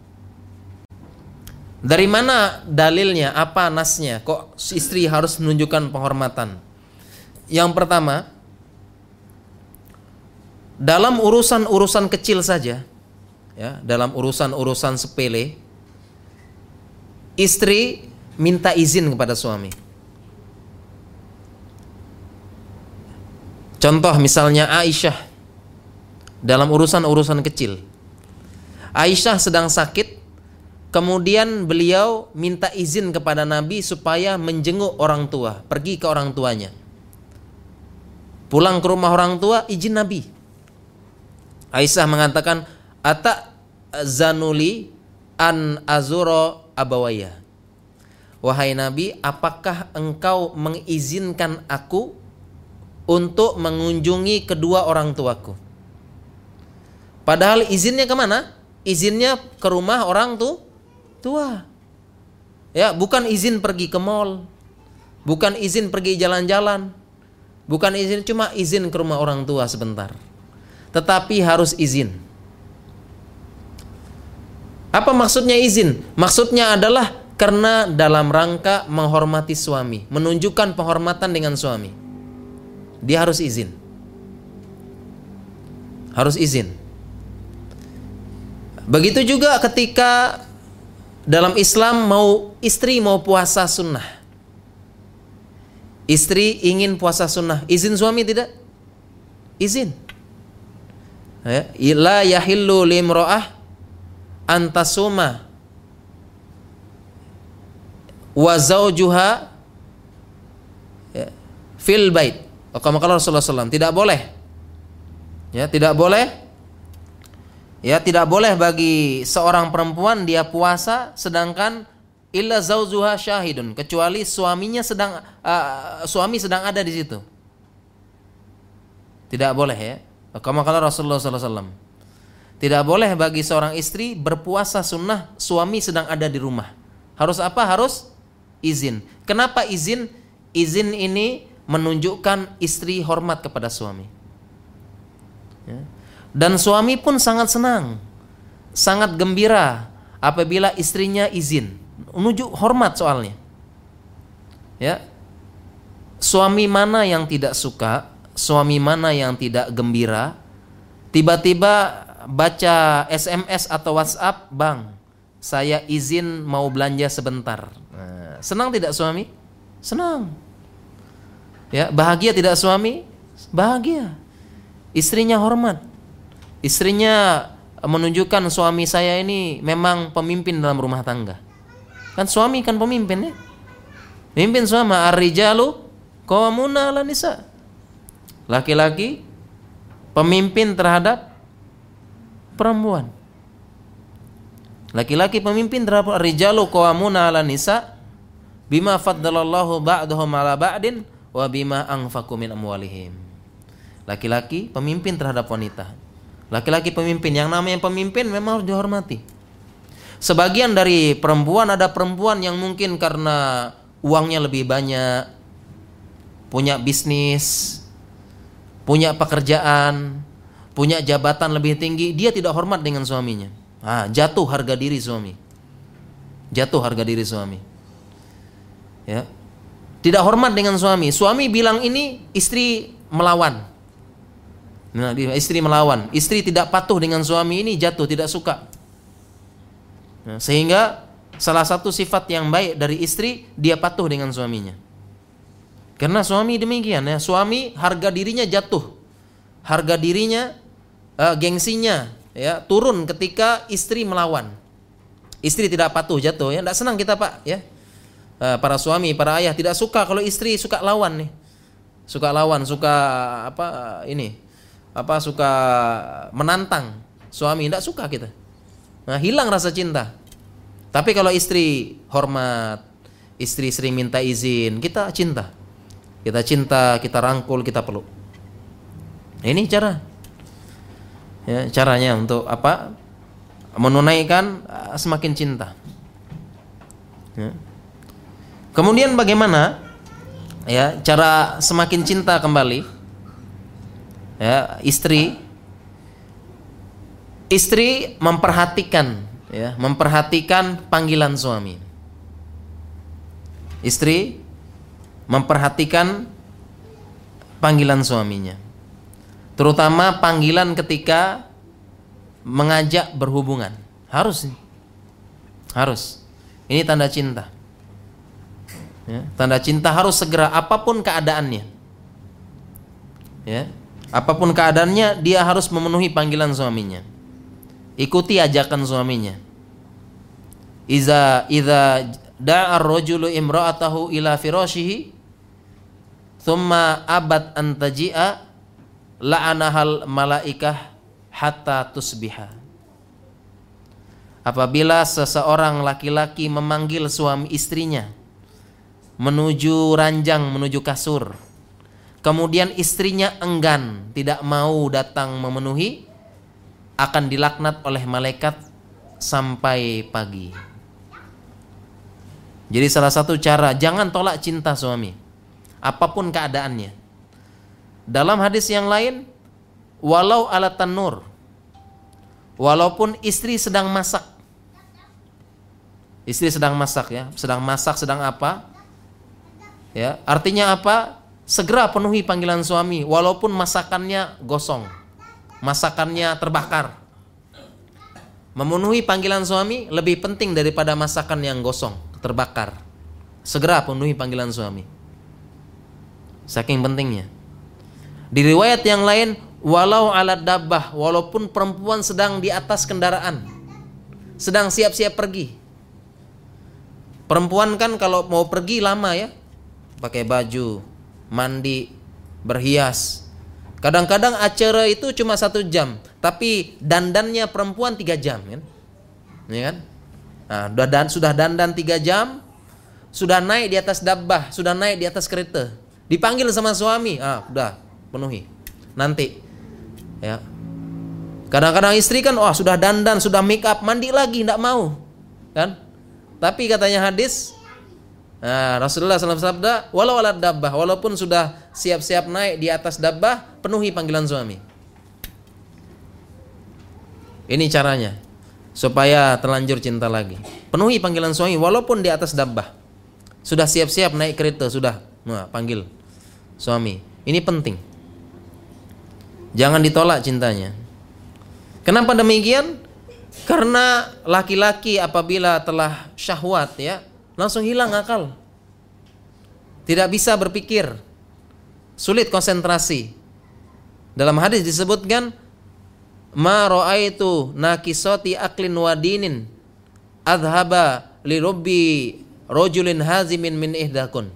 Dari mana dalilnya? Apa nasnya? Kok istri harus menunjukkan penghormatan? Yang pertama, dalam urusan-urusan kecil saja, ya, dalam urusan-urusan sepele, istri minta izin kepada suami. Contoh misalnya Aisyah, dalam urusan-urusan kecil. Aisyah sedang sakit, kemudian beliau minta izin kepada Nabi supaya menjenguk orang tua, pergi ke orang tuanya. Pulang ke rumah orang tua, izin Nabi. Aisyah mengatakan, "Ata zanuli an azuro abawaya." Wahai Nabi, apakah engkau mengizinkan aku untuk mengunjungi kedua orang tuaku? Padahal izinnya kemana? Izinnya ke rumah orang tua. Ya, bukan izin pergi ke mall, bukan izin pergi jalan-jalan, bukan izin, cuma izin ke rumah orang tua sebentar. Tetapi harus izin. Apa maksudnya izin? Maksudnya adalah karena dalam rangka menghormati suami, menunjukkan penghormatan dengan suami. Dia harus izin. Harus izin. Begitu juga ketika dalam Islam istri mau puasa sunnah. Istri ingin puasa sunnah, izin suami tidak? Izin. La yahillu limro'ah antasuma wa zawjuha fil bait. Kama qala Rasulullah SAW, tidak boleh. Ya, tidak boleh. Ya, tidak boleh bagi seorang perempuan dia puasa sedangkan illa zaujuha syahidun, kecuali suami sedang ada di situ. Tidak boleh ya. Kama qala Rasulullah sallallahu alaihi wasallam. Tidak boleh bagi seorang istri berpuasa sunnah suami sedang ada di rumah. Harus apa? Harus izin. Kenapa izin? Izin ini menunjukkan istri hormat kepada suami. Ya. Dan suami pun sangat senang, sangat gembira apabila istrinya izin. Menunjuk hormat soalnya. Ya. Suami mana yang tidak suka, suami mana yang tidak gembira, tiba-tiba baca SMS atau WhatsApp, "Bang, saya izin mau belanja sebentar." Nah, senang tidak suami? Senang. Ya, bahagia tidak suami? Bahagia. Istrinya hormat. Istrinya menunjukkan suami saya ini memang pemimpin dalam rumah tangga. Kan suami kan pemimpin ya. Pemimpin suami, ar-rijalu qawwamuna 'alan nisa. Laki-laki pemimpin terhadap perempuan. Laki-laki pemimpin terhadap rijalu qawwamuna 'alan nisa bima faddalallahu ba'dahum 'ala ba'din wa bima anfaqu min amwalihim. Laki-laki pemimpin terhadap wanita. Laki-laki pemimpin, yang namanya pemimpin memang harus dihormati. Sebagian dari perempuan, ada perempuan yang mungkin karena uangnya lebih banyak, punya bisnis, punya pekerjaan, punya jabatan lebih tinggi, dia tidak hormat dengan suaminya. Jatuh harga diri suami. Jatuh harga diri suami. Ya. Tidak hormat dengan suami. Suami bilang ini, istri melawan. Nah, istri melawan. Istri tidak patuh dengan suami ini, jatuh, tidak suka. Nah, sehingga salah satu sifat yang baik dari istri, dia patuh dengan suaminya. Karena suami demikian ya, suami harga dirinya jatuh. Harga dirinya, gengsinya ya turun ketika istri melawan. Istri tidak patuh, jatuh ya. Tidak senang kita Pak ya. Para suami, para ayah tidak suka kalau istri suka lawan nih. Suka lawan, suka suka menantang suami, tidak suka kita. Nah, hilang rasa cinta. Tapi kalau istri hormat, istri sering minta izin, kita cinta. Kita cinta, kita rangkul, kita peluk. Ini cara. Ya, caranya untuk apa? Menunaikan semakin cinta. Ya. Kemudian bagaimana ya cara semakin cinta kembali? Ya, istri memperhatikan panggilan suami. Istri memperhatikan panggilan suaminya. Terutama panggilan ketika mengajak berhubungan. Harus. Ini tanda cinta. Ya, tanda cinta harus segera apapun keadaannya. Ya, apapun keadaannya dia harus memenuhi panggilan suaminya. Ikuti ajakan suaminya. Idza da'a ar-rajulu imra'atahu ila firashihi thumma abad an taji'a la'anahal malaikah hatta tusbiha. Apabila seseorang laki-laki memanggil suami istrinya menuju ranjang, menuju kasur, kemudian istrinya enggan, tidak mau datang memenuhi, akan dilaknat oleh malaikat sampai pagi. Jadi salah satu cara, jangan tolak cinta suami apapun keadaannya. Dalam hadis yang lain, walau ala tanur, walaupun istri sedang masak. Istri sedang masak ya, sedang masak, sedang apa? Ya, artinya apa? Segera penuhi panggilan suami walaupun masakannya gosong, masakannya terbakar. Memenuhi panggilan suami lebih penting daripada masakan yang gosong, terbakar. Segera penuhi panggilan suami. Saking pentingnya. Di riwayat yang lain, walau ala dabbah, walaupun perempuan sedang di atas kendaraan, sedang siap-siap pergi. Perempuan kan kalau mau pergi lama ya, pakai baju, mandi, berhias. Kadang-kadang acara itu cuma 1 jam, tapi dandannya perempuan 3 jam kan? Ya kan? Nah, sudah dandan 3 jam, sudah naik di atas dabbah, sudah naik di atas kereta. Dipanggil sama suami, udah penuhi. Nanti. Ya. Kadang-kadang istri kan sudah dandan, sudah make up, mandi lagi enggak mau. Kan? Tapi katanya hadis, Rasulullah SAW sabda, walau alat dabbah, walaupun sudah siap-siap naik di atas dabbah, penuhi panggilan suami. Ini caranya supaya terlanjur cinta lagi. Penuhi panggilan suami walaupun di atas dabbah. Sudah siap-siap naik kereta, sudah. Panggil suami. Ini penting. Jangan ditolak cintanya. Kenapa demikian? Karena laki-laki apabila telah syahwat ya, langsung hilang akal. Tidak bisa berpikir. Sulit konsentrasi. Dalam hadis disebutkan, ma ra'aitu nakisati aklin wa dinin adhaba li rabbi rajulin hazimin min ihdakun.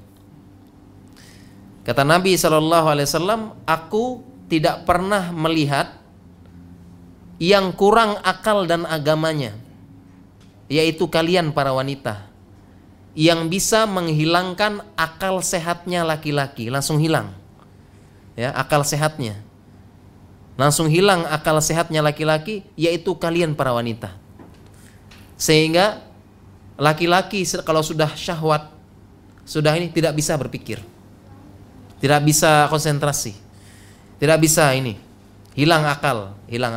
Kata Nabi SAW, aku tidak pernah melihat yang kurang akal dan agamanya, yaitu kalian para wanita, yang bisa menghilangkan akal sehatnya laki-laki. Langsung hilang ya, akal sehatnya. Langsung hilang akal sehatnya laki-laki, yaitu kalian para wanita. Sehingga laki-laki kalau sudah syahwat, sudah ini tidak bisa berpikir, tidak bisa konsentrasi, tidak bisa ini, hilang akal.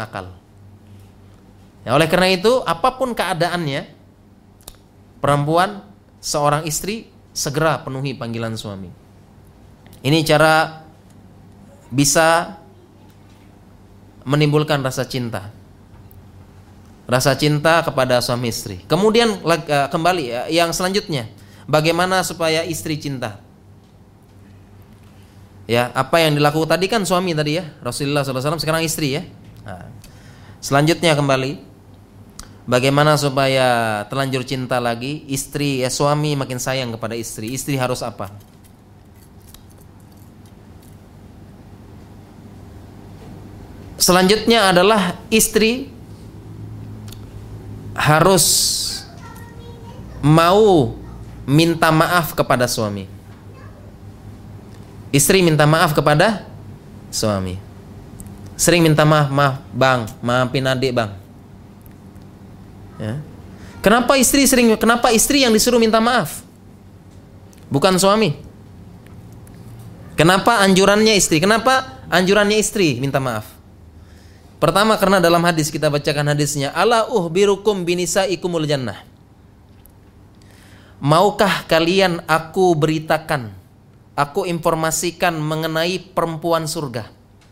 Ya, oleh karena itu, apapun keadaannya, perempuan, seorang istri, segera penuhi panggilan suami. Ini cara bisa menimbulkan rasa cinta. Rasa cinta kepada suami istri. Kemudian kembali ya, yang selanjutnya, bagaimana supaya istri cinta? Ya, apa yang dilakukan tadi kan suami tadi ya, Rasulullah SAW, sekarang istri ya. Nah, selanjutnya kembali, bagaimana supaya terlanjur cinta lagi? Istri, suami makin sayang kepada istri. Istri harus apa? Selanjutnya adalah istri harus mau minta maaf kepada suami. Istri minta maaf kepada suami. Sering minta maaf, bang, maafin adik bang. Ya. Kenapa istri yang disuruh minta maaf? Bukan suami. Kenapa anjurannya istri? Kenapa anjurannya istri minta maaf? Pertama, karena dalam hadis, kita bacakan hadisnya, ala uhbirukum binisaikumul jannah. Maukah kalian aku beritakan, aku informasikan mengenai perempuan surga?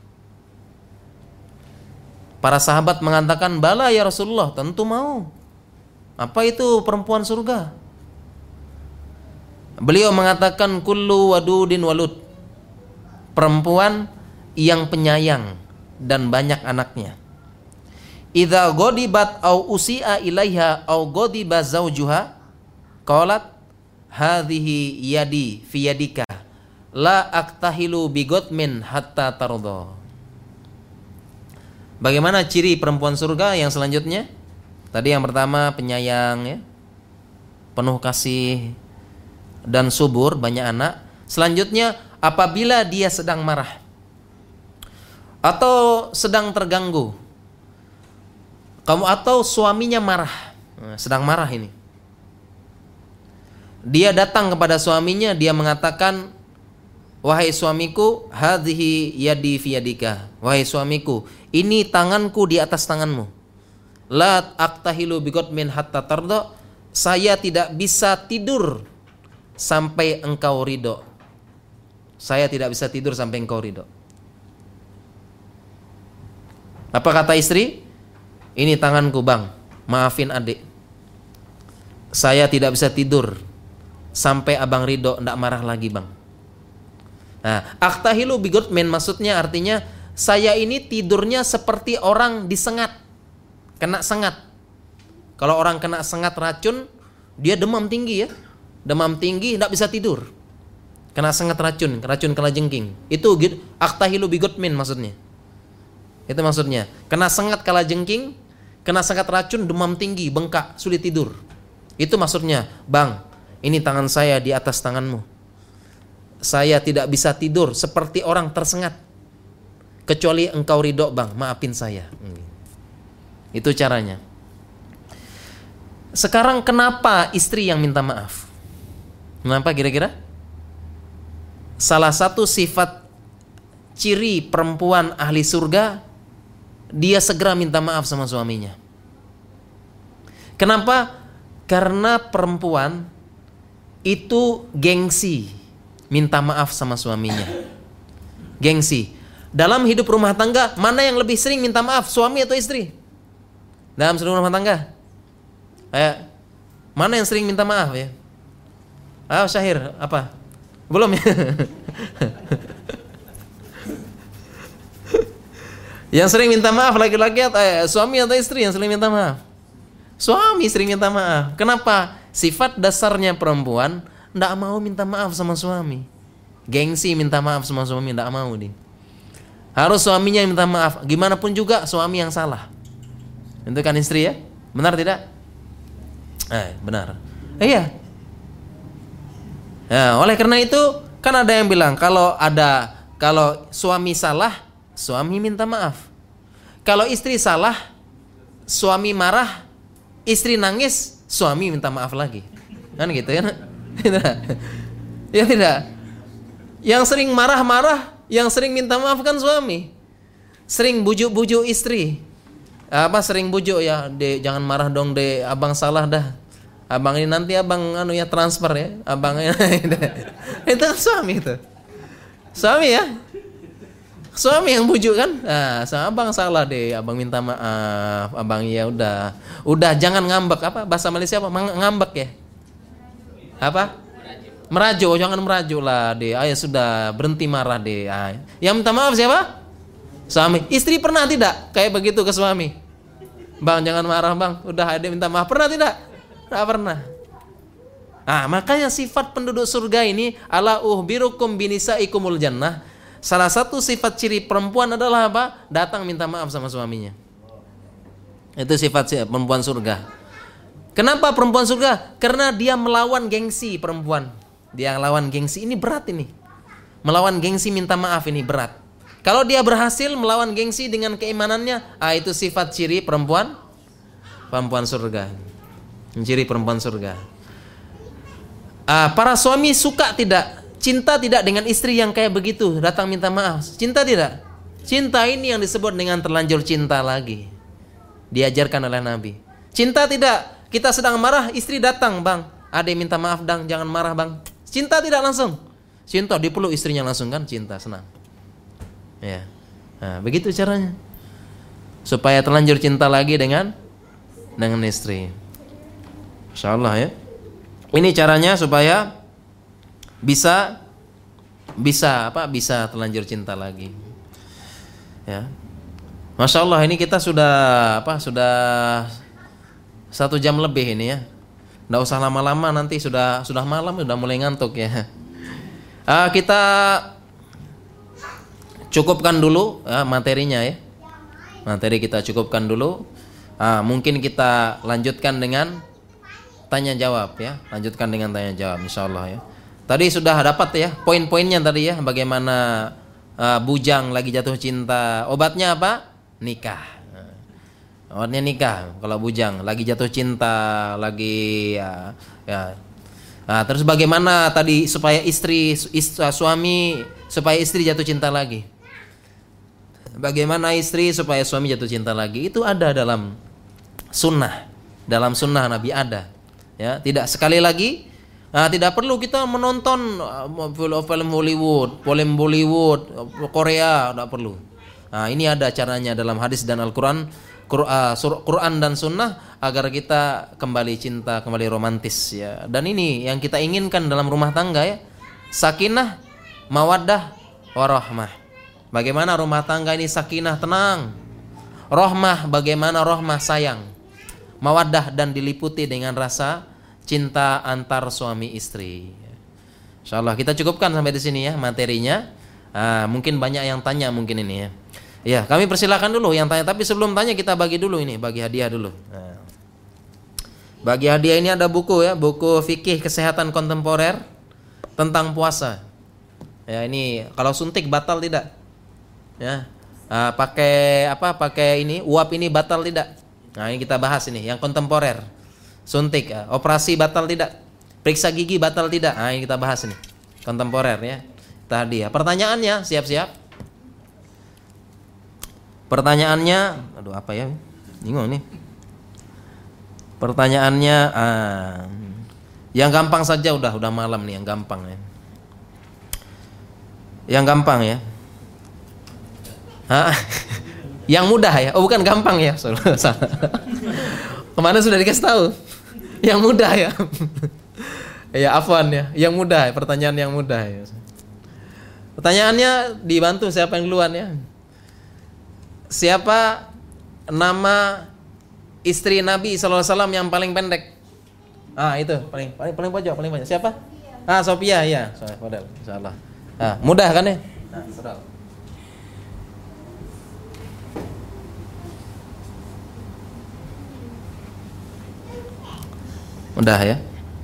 Para sahabat mengatakan, bala ya Rasulullah, tentu mau. Apa itu perempuan surga? Beliau mengatakan, kullu wadudin walud, perempuan yang penyayang dan banyak anaknya. Idza ghadibat au usi'a ilaiha au ghadiba zaujuha qalat hadhihi yadi fi yadika la aktahilu bighadmin hatta tarda. Bagaimana ciri perempuan surga yang selanjutnya? Tadi yang pertama penyayang ya, penuh kasih dan subur, banyak anak. Selanjutnya apabila dia sedang marah atau sedang terganggu, atau suaminya marah, sedang marah ini, dia datang kepada suaminya, dia mengatakan, wahai suamiku, hadhihi yadi fi yadika, wahai suamiku, ini tanganku di atas tanganmu, la aktahilu bighadmin hatta tarda, saya tidak bisa tidur sampai engkau ridho, saya tidak bisa tidur sampai engkau ridho. Apa kata istri? Ini tanganku bang, maafin adik, saya tidak bisa tidur sampai abang ridho, ndak marah lagi bang. Nah, aktahilu bighadmin maksudnya artinya, saya ini tidurnya seperti orang disengat, kena sengat. Kalau orang kena sengat racun, dia demam tinggi ya, demam tinggi, ndak bisa tidur, kena sengat racun kalajengking. Itu aktahilu bighadmin maksudnya. Itu maksudnya, kena sengat kalajengking, kena sengat racun, demam tinggi, bengkak, sulit tidur. Itu maksudnya, Bang, ini tangan saya di atas tanganmu. Saya tidak bisa tidur seperti orang tersengat. Kecuali engkau ridho, Bang, maafin saya. Itu caranya. Sekarang kenapa istri yang minta maaf? Kenapa kira-kira? Salah satu sifat ciri perempuan ahli surga, dia segera minta maaf sama suaminya. Kenapa? Karena perempuan itu gengsi minta maaf sama suaminya. Gengsi. Dalam hidup rumah tangga, mana yang lebih sering minta maaf, suami atau istri? Dalam seluruh rumah tangga, mana yang sering minta maaf ya? Ayo Syahir, apa? Belum ya? Yang sering minta maaf laki-laki atau suami atau istri yang sering minta maaf? Suami sering minta maaf. Kenapa? Sifat dasarnya perempuan tidak mau minta maaf sama suami. Gengsi minta maaf sama suami, tidak mau dia. Harus suaminya yang minta maaf. Gimana pun juga suami yang salah. Itu kan istri ya? Benar tidak? Benar. Iya. Nah, oleh karena itu kan ada yang bilang kalau suami salah, suami minta maaf. Kalau istri salah, suami marah, istri nangis, suami minta maaf lagi. Kan gitu ya? Tidak. Ya tidak. Yang sering marah-marah, yang sering minta maaf kan suami. Sering bujuk-bujuk istri. Sering bujuk ya, Dek jangan marah dong Dek, abang salah dah. Abang ini nanti abang transfer ya. Abangnya itu kan suami itu. Suami ya. Suami yang bujuk kan? Abang salah deh, abang minta maaf. Abang ya udah jangan ngambek. Apa bahasa Malaysia apa? Ngambek ya? Apa? Merajuk, jangan merajuk lah deh. Ayo sudah berhenti marah deh. Yang minta maaf siapa? Suami. Istri pernah tidak kayak begitu ke suami? Bang jangan marah bang. Udah ada minta maaf. Pernah tidak? Tidak pernah. Makanya sifat penduduk surga ini ala uhbirukum binisaikumul jannah. Salah satu sifat ciri perempuan adalah apa? Datang minta maaf sama suaminya. Itu sifat perempuan surga. Kenapa perempuan surga? Karena dia melawan gengsi perempuan. Dia lawan gengsi, ini berat ini. Melawan gengsi minta maaf ini berat. Kalau dia berhasil melawan gengsi dengan keimanannya, itu sifat ciri perempuan surga. Ciri perempuan surga. Para suami suka tidak? Cinta tidak dengan istri yang kayak begitu, datang minta maaf? Cinta tidak? Cinta ini yang disebut dengan terlanjur cinta lagi. Diajarkan oleh Nabi. Cinta tidak? Kita sedang marah, istri datang, bang, adek minta maaf dang, jangan marah bang. Cinta tidak langsung? Cinta, dipeluk istrinya langsung kan, cinta, senang. Ya, begitu caranya. Supaya terlanjur cinta lagi dengan istri. Insyaallah ya. Ini caranya supaya bisa terlanjur cinta lagi. Ya. Masya Allah, ini kita sudah 1 jam lebih ini ya. Nggak usah lama-lama, nanti sudah malam, sudah mulai ngantuk ya. Kita cukupkan dulu materinya ya. Materi kita cukupkan dulu. Mungkin kita lanjutkan dengan tanya jawab ya. Lanjutkan dengan tanya jawab insyaallah ya. Tadi sudah dapat ya poin-poinnya tadi ya. Bagaimana bujang lagi jatuh cinta, obatnya apa? Nikah. Obatnya nikah. Kalau bujang lagi jatuh cinta, lagi ya. Terus bagaimana tadi supaya suami supaya istri jatuh cinta lagi? Bagaimana istri supaya suami jatuh cinta lagi? Itu ada dalam sunnah. Dalam sunnah Nabi ada. Ya, tidak sekali lagi. Tidak perlu kita menonton film Hollywood, film Bollywood, Korea, tidak perlu. Ini ada caranya dalam hadis dan Al-Quran, Quran dan Sunnah agar kita kembali cinta, kembali romantis ya. Dan ini yang kita inginkan dalam rumah tangga ya, sakinah, mawaddah, warahmah. Bagaimana rumah tangga ini sakinah, tenang, rahmah, bagaimana rahmah, sayang, mawaddah dan diliputi dengan rasa cinta antar suami istri. Insyaallah kita cukupkan sampai di sini ya materinya. Mungkin banyak yang tanya mungkin ini ya. Ya, kami persilakan dulu yang tanya, tapi sebelum tanya kita bagi dulu ini, bagi hadiah dulu. Bagi hadiah ini ada buku ya, buku fikih kesehatan kontemporer tentang puasa. Ya, ini kalau suntik batal tidak? Ya. Pakai apa? Pakai ini uap ini batal tidak? Nah, ini kita bahas ini yang kontemporer. Suntik, operasi batal tidak? Periksa gigi batal tidak? Nah, ini kita bahas ini. Kontemporer ya. Tadi ya. Pertanyaannya, siap-siap. Pertanyaannya, aduh apa ya? Bingung nih. Pertanyaannya yang gampang saja, udah malam nih, yang gampang ya. Yang gampang ya. Yang mudah ya. Oh, bukan gampang ya. Salah. Kemana sudah dikasih tahu? Yang mudah ya. Ya, afwan ya. Yang mudah, pertanyaan yang mudah ya. Pertanyaannya dibantu siapa yang duluan ya? Siapa nama istri Nabi SAW yang paling pendek? Itu paling pojok. Siapa? Sophia ya. Fadel, insyaallah. Mudah kan ya? Mudah ya.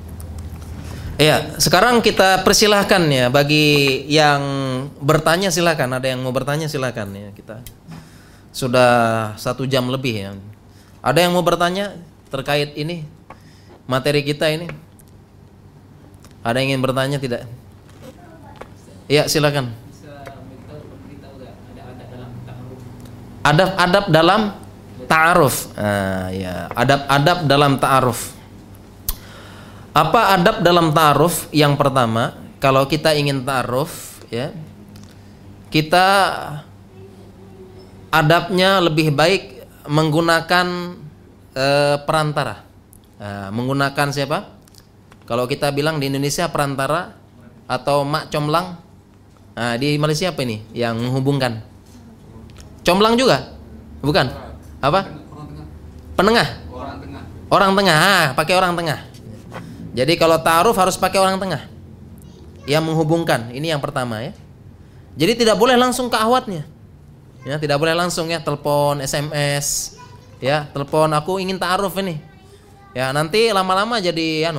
Iya, sekarang kita persilahkan ya, bagi yang bertanya silakan. Ada yang mau bertanya silakan ya. Kita sudah 1 jam lebih ya. Ada yang mau bertanya terkait ini materi kita ini? Ada yang ingin bertanya tidak? Iya, silakan. Adab-adab dalam ta'aruf. Ya, adab-adab dalam ta'aruf. Apa adab dalam ta'aruf? Yang pertama, kalau kita ingin ta'aruf ya, kita adabnya lebih baik menggunakan perantara. Menggunakan siapa? Kalau kita bilang di Indonesia perantara atau mak comblang. Di Malaysia apa ini yang menghubungkan? Comblang juga? Bukan? Apa? Penengah. Orang tengah. Pakai orang tengah. Jadi kalau ta'aruf harus pakai orang tengah yang menghubungkan. Ini yang pertama ya. Jadi tidak boleh langsung ke ahwatnya. Ya, tidak boleh langsung ya, telepon, SMS, ya, telepon aku ingin ta'aruf ini. Ya, nanti lama-lama jadi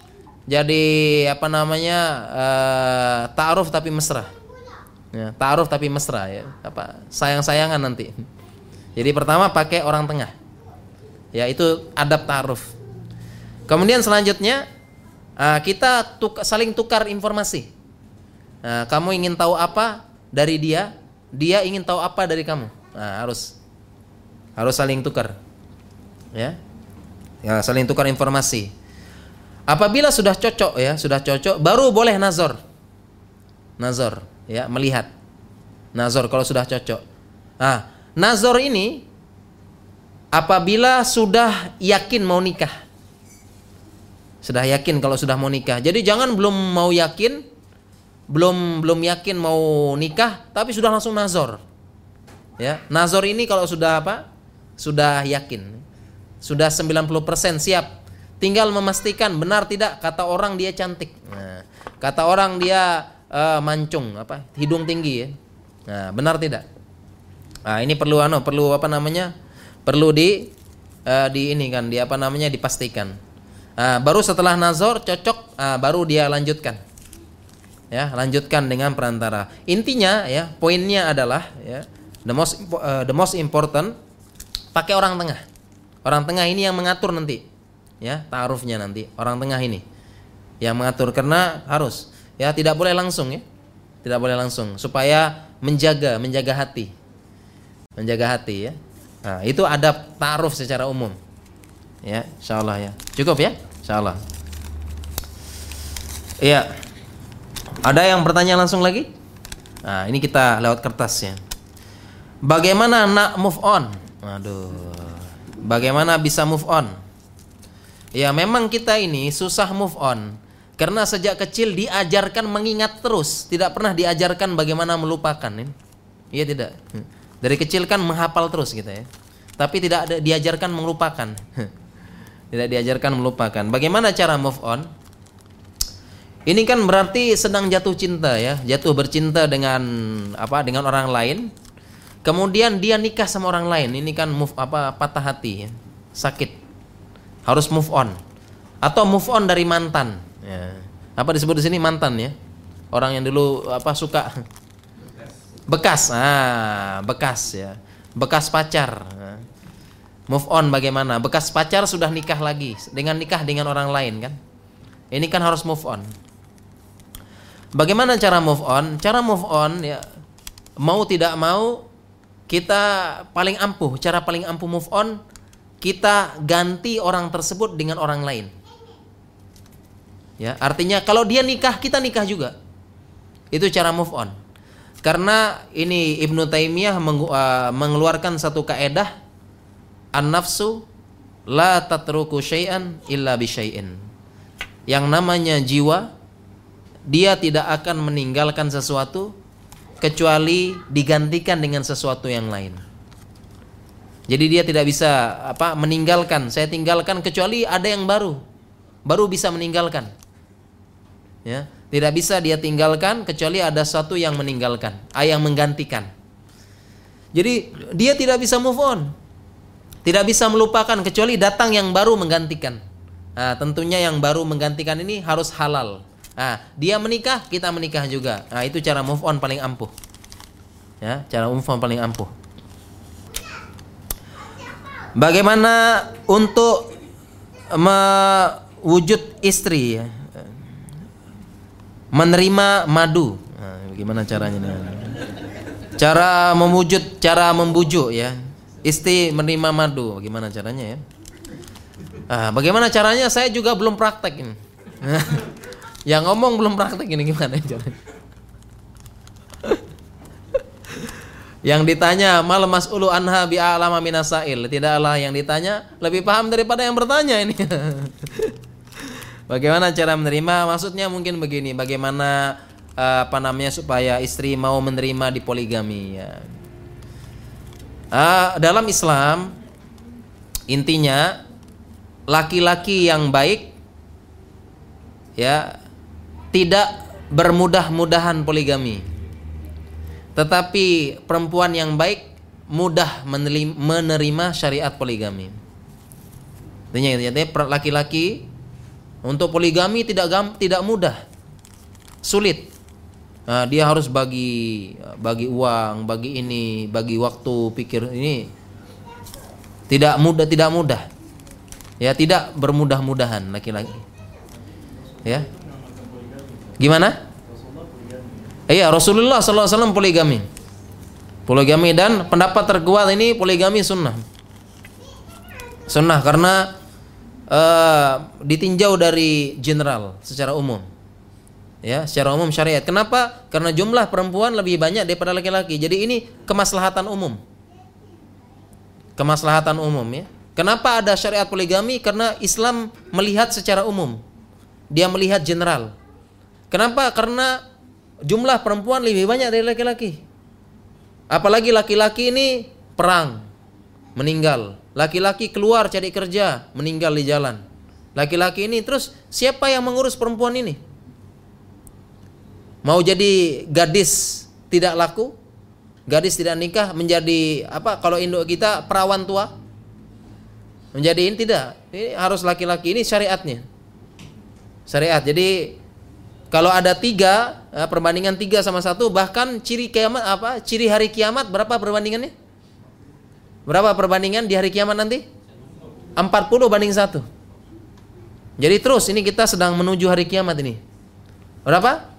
ta'aruf tapi mesra. Ya, ta'aruf tapi mesra ya. Sayang-sayangan nanti. Jadi pertama pakai orang tengah. Ya, itu adab ta'aruf. Kemudian selanjutnya kita saling tukar informasi. Kamu ingin tahu apa dari dia, dia ingin tahu apa dari kamu. Harus saling tukar. Ya, saling tukar informasi. Apabila sudah cocok ya, baru boleh nazar, ya, melihat. Nazar kalau sudah cocok. Nazar ini apabila sudah yakin mau nikah. Sudah yakin kalau sudah mau nikah. Jadi jangan belum yakin mau nikah tapi sudah langsung nazar. Ya, nazar ini kalau sudah sudah yakin. Sudah 90% siap. Tinggal memastikan benar tidak kata orang dia cantik. Kata orang dia mancung, hidung tinggi ya. Benar tidak? Ini perlu perlu dipastikan. Baru setelah nazar cocok, baru dia lanjutkan. Ya, lanjutkan dengan perantara. Intinya ya, poinnya adalah ya, the most important pakai orang tengah. Orang tengah ini yang mengatur nanti. Ya, ta'arufnya nanti orang tengah ini yang mengatur, karena harus ya, tidak boleh langsung ya. Tidak boleh langsung supaya menjaga hati. Menjaga hati ya. Itu adab ta'aruf secara umum. Ya, insyaallah ya. Cukup ya? Insyaallah. Iya. Ada yang bertanya langsung lagi? Ini kita lewat kertasnya. Bagaimana nak move on? Bagaimana bisa move on? Ya, memang kita ini susah move on karena sejak kecil diajarkan mengingat terus, tidak pernah diajarkan bagaimana melupakan. Iya tidak? Dari kecil kan menghafal terus kita ya. Tapi tidak ada diajarkan melupakan. Tidak diajarkan melupakan. Bagaimana cara move on? Ini kan berarti sedang jatuh cinta ya, jatuh bercinta dengan orang lain. Kemudian dia nikah sama orang lain. Ini kan patah hati ya. Sakit. Harus move on. atau move on dari mantan. Ya. Apa disebut di sini mantan ya? Orang yang dulu suka bekas, bekas ya, bekas pacar. Move on bagaimana? Bekas pacar sudah nikah lagi, nikah dengan orang lain kan? Ini kan harus move on. Bagaimana cara move on? Cara move on ya, mau tidak mau kita paling ampuh. Cara paling ampuh move on, kita ganti orang tersebut dengan orang lain. Ya, artinya kalau dia nikah, kita nikah juga. Itu cara move on. Karena ini Ibnu Taimiyah mengeluarkan satu kaedah, an-nafsu la tatruku syai'an illa bi syai'in. Yang namanya jiwa, dia tidak akan meninggalkan sesuatu kecuali digantikan dengan sesuatu yang lain. Jadi dia tidak bisa meninggalkan, saya tinggalkan kecuali ada yang baru bisa meninggalkan. Ya, tidak bisa dia tinggalkan kecuali ada sesuatu yang meninggalkan, yang menggantikan. Jadi dia tidak bisa move on, tidak bisa melupakan kecuali datang yang baru menggantikan. Nah, tentunya yang baru menggantikan ini harus halal. Nah, dia menikah, kita menikah juga. Nah, itu cara move on paling ampuh. Ya, cara move on paling ampuh. Bagaimana untuk mewujud istri ya? Menerima madu. Nah, bagaimana caranya? Cara membujuk ya. Istri menerima madu, bagaimana caranya ya? Bagaimana caranya? Saya juga belum praktek ini. Yang ngomong belum praktek ini, gimana caranya? Yang ditanya mal mas'ulu anha bi'alama minasail. Tidaklah yang ditanya lebih paham daripada yang bertanya ini. Bagaimana cara menerima? Maksudnya mungkin begini, bagaimana supaya istri mau menerima di poligami ya. Dalam Islam intinya laki-laki yang baik ya tidak bermudah-mudahan poligami. Tetapi perempuan yang baik mudah menerima syariat poligami. Artinya laki-laki untuk poligami tidak mudah, sulit. Nah, dia harus bagi uang, bagi waktu, pikir ini tidak mudah. Ya, tidak bermudah-mudahan laki-laki. Ya. Gimana? Iya, Rasulullah SAW poligami. Poligami dan pendapat terkuat ini poligami sunnah. Sunnah karena ditinjau dari general secara umum. Ya, secara umum syariat. Kenapa? Karena jumlah perempuan lebih banyak daripada laki-laki. Jadi ini kemaslahatan umum. Kemaslahatan umum ya. Kenapa ada syariat poligami? Karena Islam melihat secara umum. Dia melihat general. Kenapa? Karena jumlah perempuan lebih banyak dari laki-laki. Apalagi laki-laki ini perang, meninggal. Laki-laki keluar cari kerja, meninggal di jalan. Laki-laki ini terus siapa yang mengurus perempuan ini? Mau jadi gadis tidak laku, gadis tidak nikah, menjadi kalau induk kita perawan tua. Menjadi ini tidak. Ini harus laki-laki, ini syariatnya. Syariat. Jadi kalau ada 3 perbandingan 3:1, bahkan ciri kiamat ciri hari kiamat berapa perbandingannya? Berapa perbandingan di hari kiamat nanti? 40:1. Jadi terus ini kita sedang menuju hari kiamat ini. Berapa?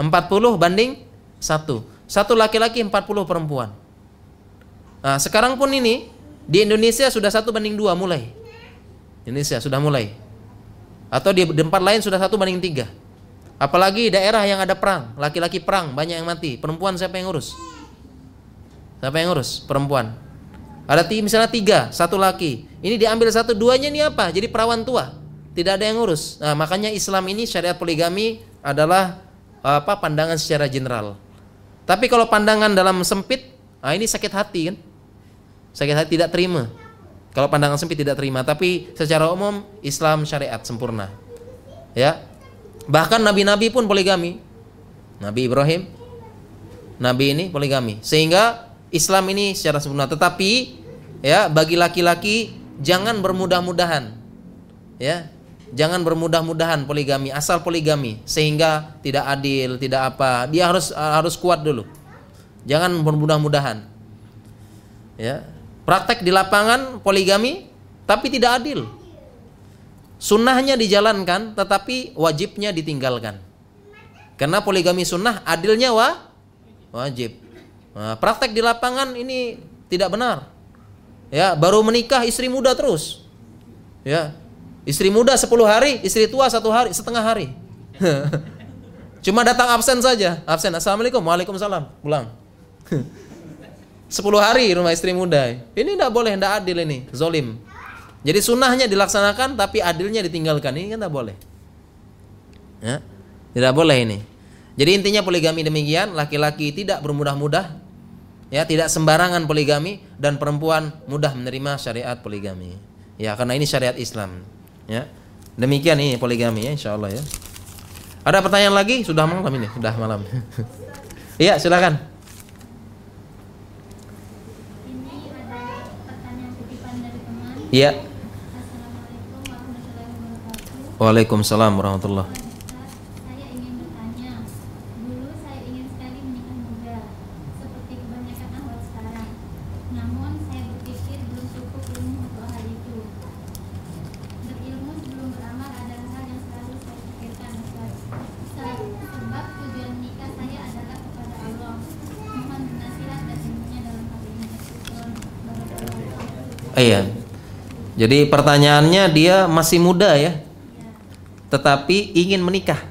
40:1. Satu laki-laki 40 perempuan. Nah, sekarang pun ini di Indonesia sudah 1:2 mulai. Indonesia sudah mulai. Atau di tempat lain sudah 1:3. Apalagi daerah yang ada perang, laki-laki perang, banyak yang mati. Perempuan siapa yang ngurus? Siapa yang ngurus? Perempuan. Ada misalnya 3, 1 laki. Ini diambil 1, 2-nya ini apa? Jadi perawan tua. Tidak ada yang ngurus. Nah, makanya Islam ini syariat poligami adalah pandangan secara general. Tapi kalau pandangan dalam sempit, ini sakit hati kan? Sakit hati tidak terima. Kalau pandangan sempit tidak terima, tapi secara umum Islam syariat sempurna. Ya. Bahkan nabi-nabi pun poligami. Nabi Ibrahim, nabi ini poligami. Sehingga Islam ini secara sempurna. Tetapi ya, bagi laki-laki jangan bermudah-mudahan. Ya. jangan bermudah-mudahan poligami, asal poligami sehingga tidak adil, tidak apa. Dia harus kuat dulu. Jangan bermudah-mudahan. Ya. Praktek di lapangan poligami tapi tidak adil. Sunnahnya dijalankan tetapi wajibnya ditinggalkan. Karena poligami sunnah, adilnya wajib. Nah, praktek di lapangan ini tidak benar. Ya, baru menikah istri muda terus. Ya. Istri muda 10 hari, istri tua 1 hari, setengah hari. Cuma datang absen saja. Absen, assalamualaikum, waalaikumsalam, pulang. 10 hari rumah istri muda. Ini tidak boleh, tidak adil ini, zolim. Jadi sunnahnya dilaksanakan tapi adilnya ditinggalkan. Ini kan tidak boleh. Ya, tidak boleh ini. Jadi intinya poligami demikian, laki-laki tidak bermudah-mudah, ya, tidak sembarangan poligami, dan perempuan mudah menerima syariat poligami. Ya, karena ini syariat Islam. Ya, demikian ini poligami ya, insyaallah ya. Ada pertanyaan lagi? Sudah malam ini, sudah malam. Iya, silakan. Ini ada pertanyaan titipan dari teman. Iya. Assalamualaikum warahmatullahi wabarakatuh. Waalaikumsalam warahmatullahi. Ustaz, saya ingin bertanya. Dulu saya ingin sekali menikah muda, seperti kebanyakan akhwat sekarang. Namun saya berpikir belum cukup ilmu untuk hal itu. Berilmu sebelum beramal adalah hal yang selalu saya pikirkan, Ustaz. Sebab tujuan nikah saya adalah kepada Allah. Mohon nasihat dan ilmunya dalam hal ini. Iya. Jadi pertanyaannya, dia masih muda ya, tetapi ingin menikah.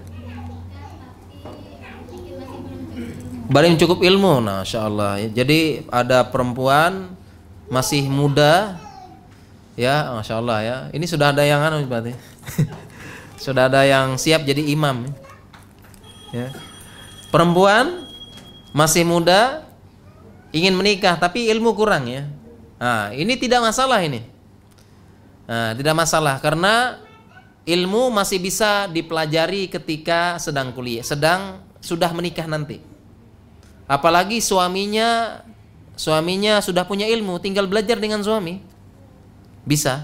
Belum cukup ilmu. Nah, Masya Allah ya. Jadi ada perempuan masih muda, ya, Masya Allah ya. Ini sudah ada yang berarti. Sudah ada yang siap jadi imam. Ya. Perempuan masih muda ingin menikah tapi ilmu kurang ya. Nah, ini tidak masalah ini. Nah, tidak masalah karena ilmu masih bisa dipelajari ketika sedang kuliah, sudah menikah nanti. Apalagi suaminya sudah punya ilmu, tinggal belajar dengan suami. Bisa.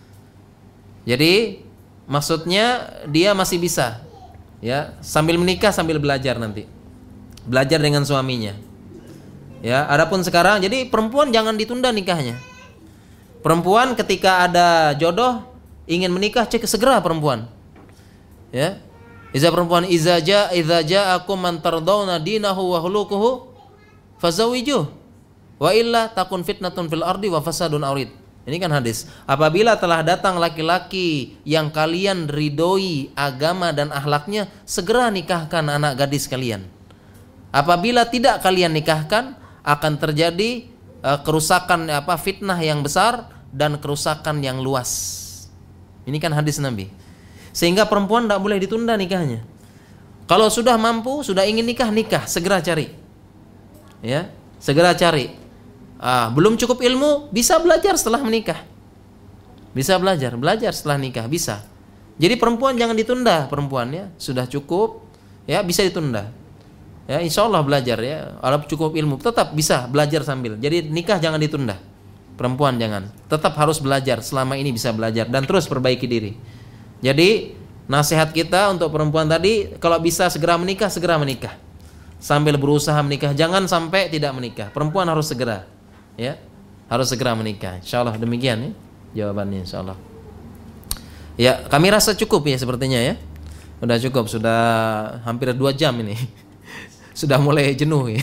Jadi maksudnya dia masih bisa, ya, sambil menikah sambil belajar nanti. Belajar dengan suaminya. Ya, adapun sekarang jadi perempuan jangan ditunda nikahnya. Perempuan ketika ada jodoh ingin menikah, cek segera perempuan. Ya. Iza ja'akum man tardawna dinahu wa khuluquhu fazawijuh wa illa takun fitnatun fil ardi wa fasadun aurid. Ini kan hadis. Apabila telah datang laki-laki yang kalian ridhoi agama dan akhlaknya, segera nikahkan anak gadis kalian. Apabila tidak kalian nikahkan, akan terjadi kerusakan fitnah yang besar dan kerusakan yang luas. Ini kan hadis Nabi. Sehingga perempuan tidak boleh ditunda nikahnya. Kalau sudah mampu, sudah ingin nikah, segera cari. Ya, segera cari. Belum cukup ilmu, bisa belajar setelah menikah. Bisa belajar setelah nikah, bisa. Jadi perempuan jangan ditunda, perempuan ya, sudah cukup, ya bisa ditunda. Ya, insya Allah belajar ya, kalau cukup ilmu tetap bisa belajar sambil. Jadi nikah jangan ditunda. Perempuan jangan, tetap harus belajar, selama ini bisa belajar dan terus perbaiki diri. Jadi nasihat kita untuk perempuan tadi, kalau bisa segera menikah, sambil berusaha menikah, jangan sampai tidak menikah. Perempuan harus segera, ya, harus segera menikah. Insya Allah demikian ya jawabannya, insya Allah. Ya, kami rasa cukup ya sepertinya ya. Sudah cukup, sudah hampir 2 jam ini. Sudah mulai jenuh ya.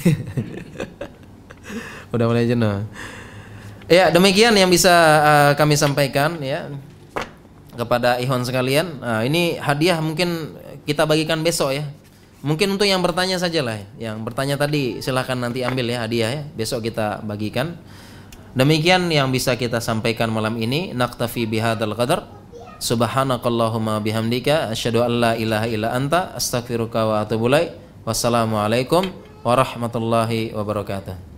Sudah mulai jenuh. Ya, demikian yang bisa kami sampaikan ya kepada ikhwan sekalian. Ini hadiah mungkin kita bagikan besok ya. Mungkin untuk yang bertanya sajalah ya. Yang bertanya tadi silahkan nanti ambil ya hadiah ya. Besok kita bagikan. Demikian yang bisa kita sampaikan malam ini. Naktafi bihadzal qadar. Subhanakallahumma bihamdika asyhadu an la ilaha illa anta astaghfiruka wa atubu ilaik. Wassalamualaikum warahmatullahi wabarakatuh.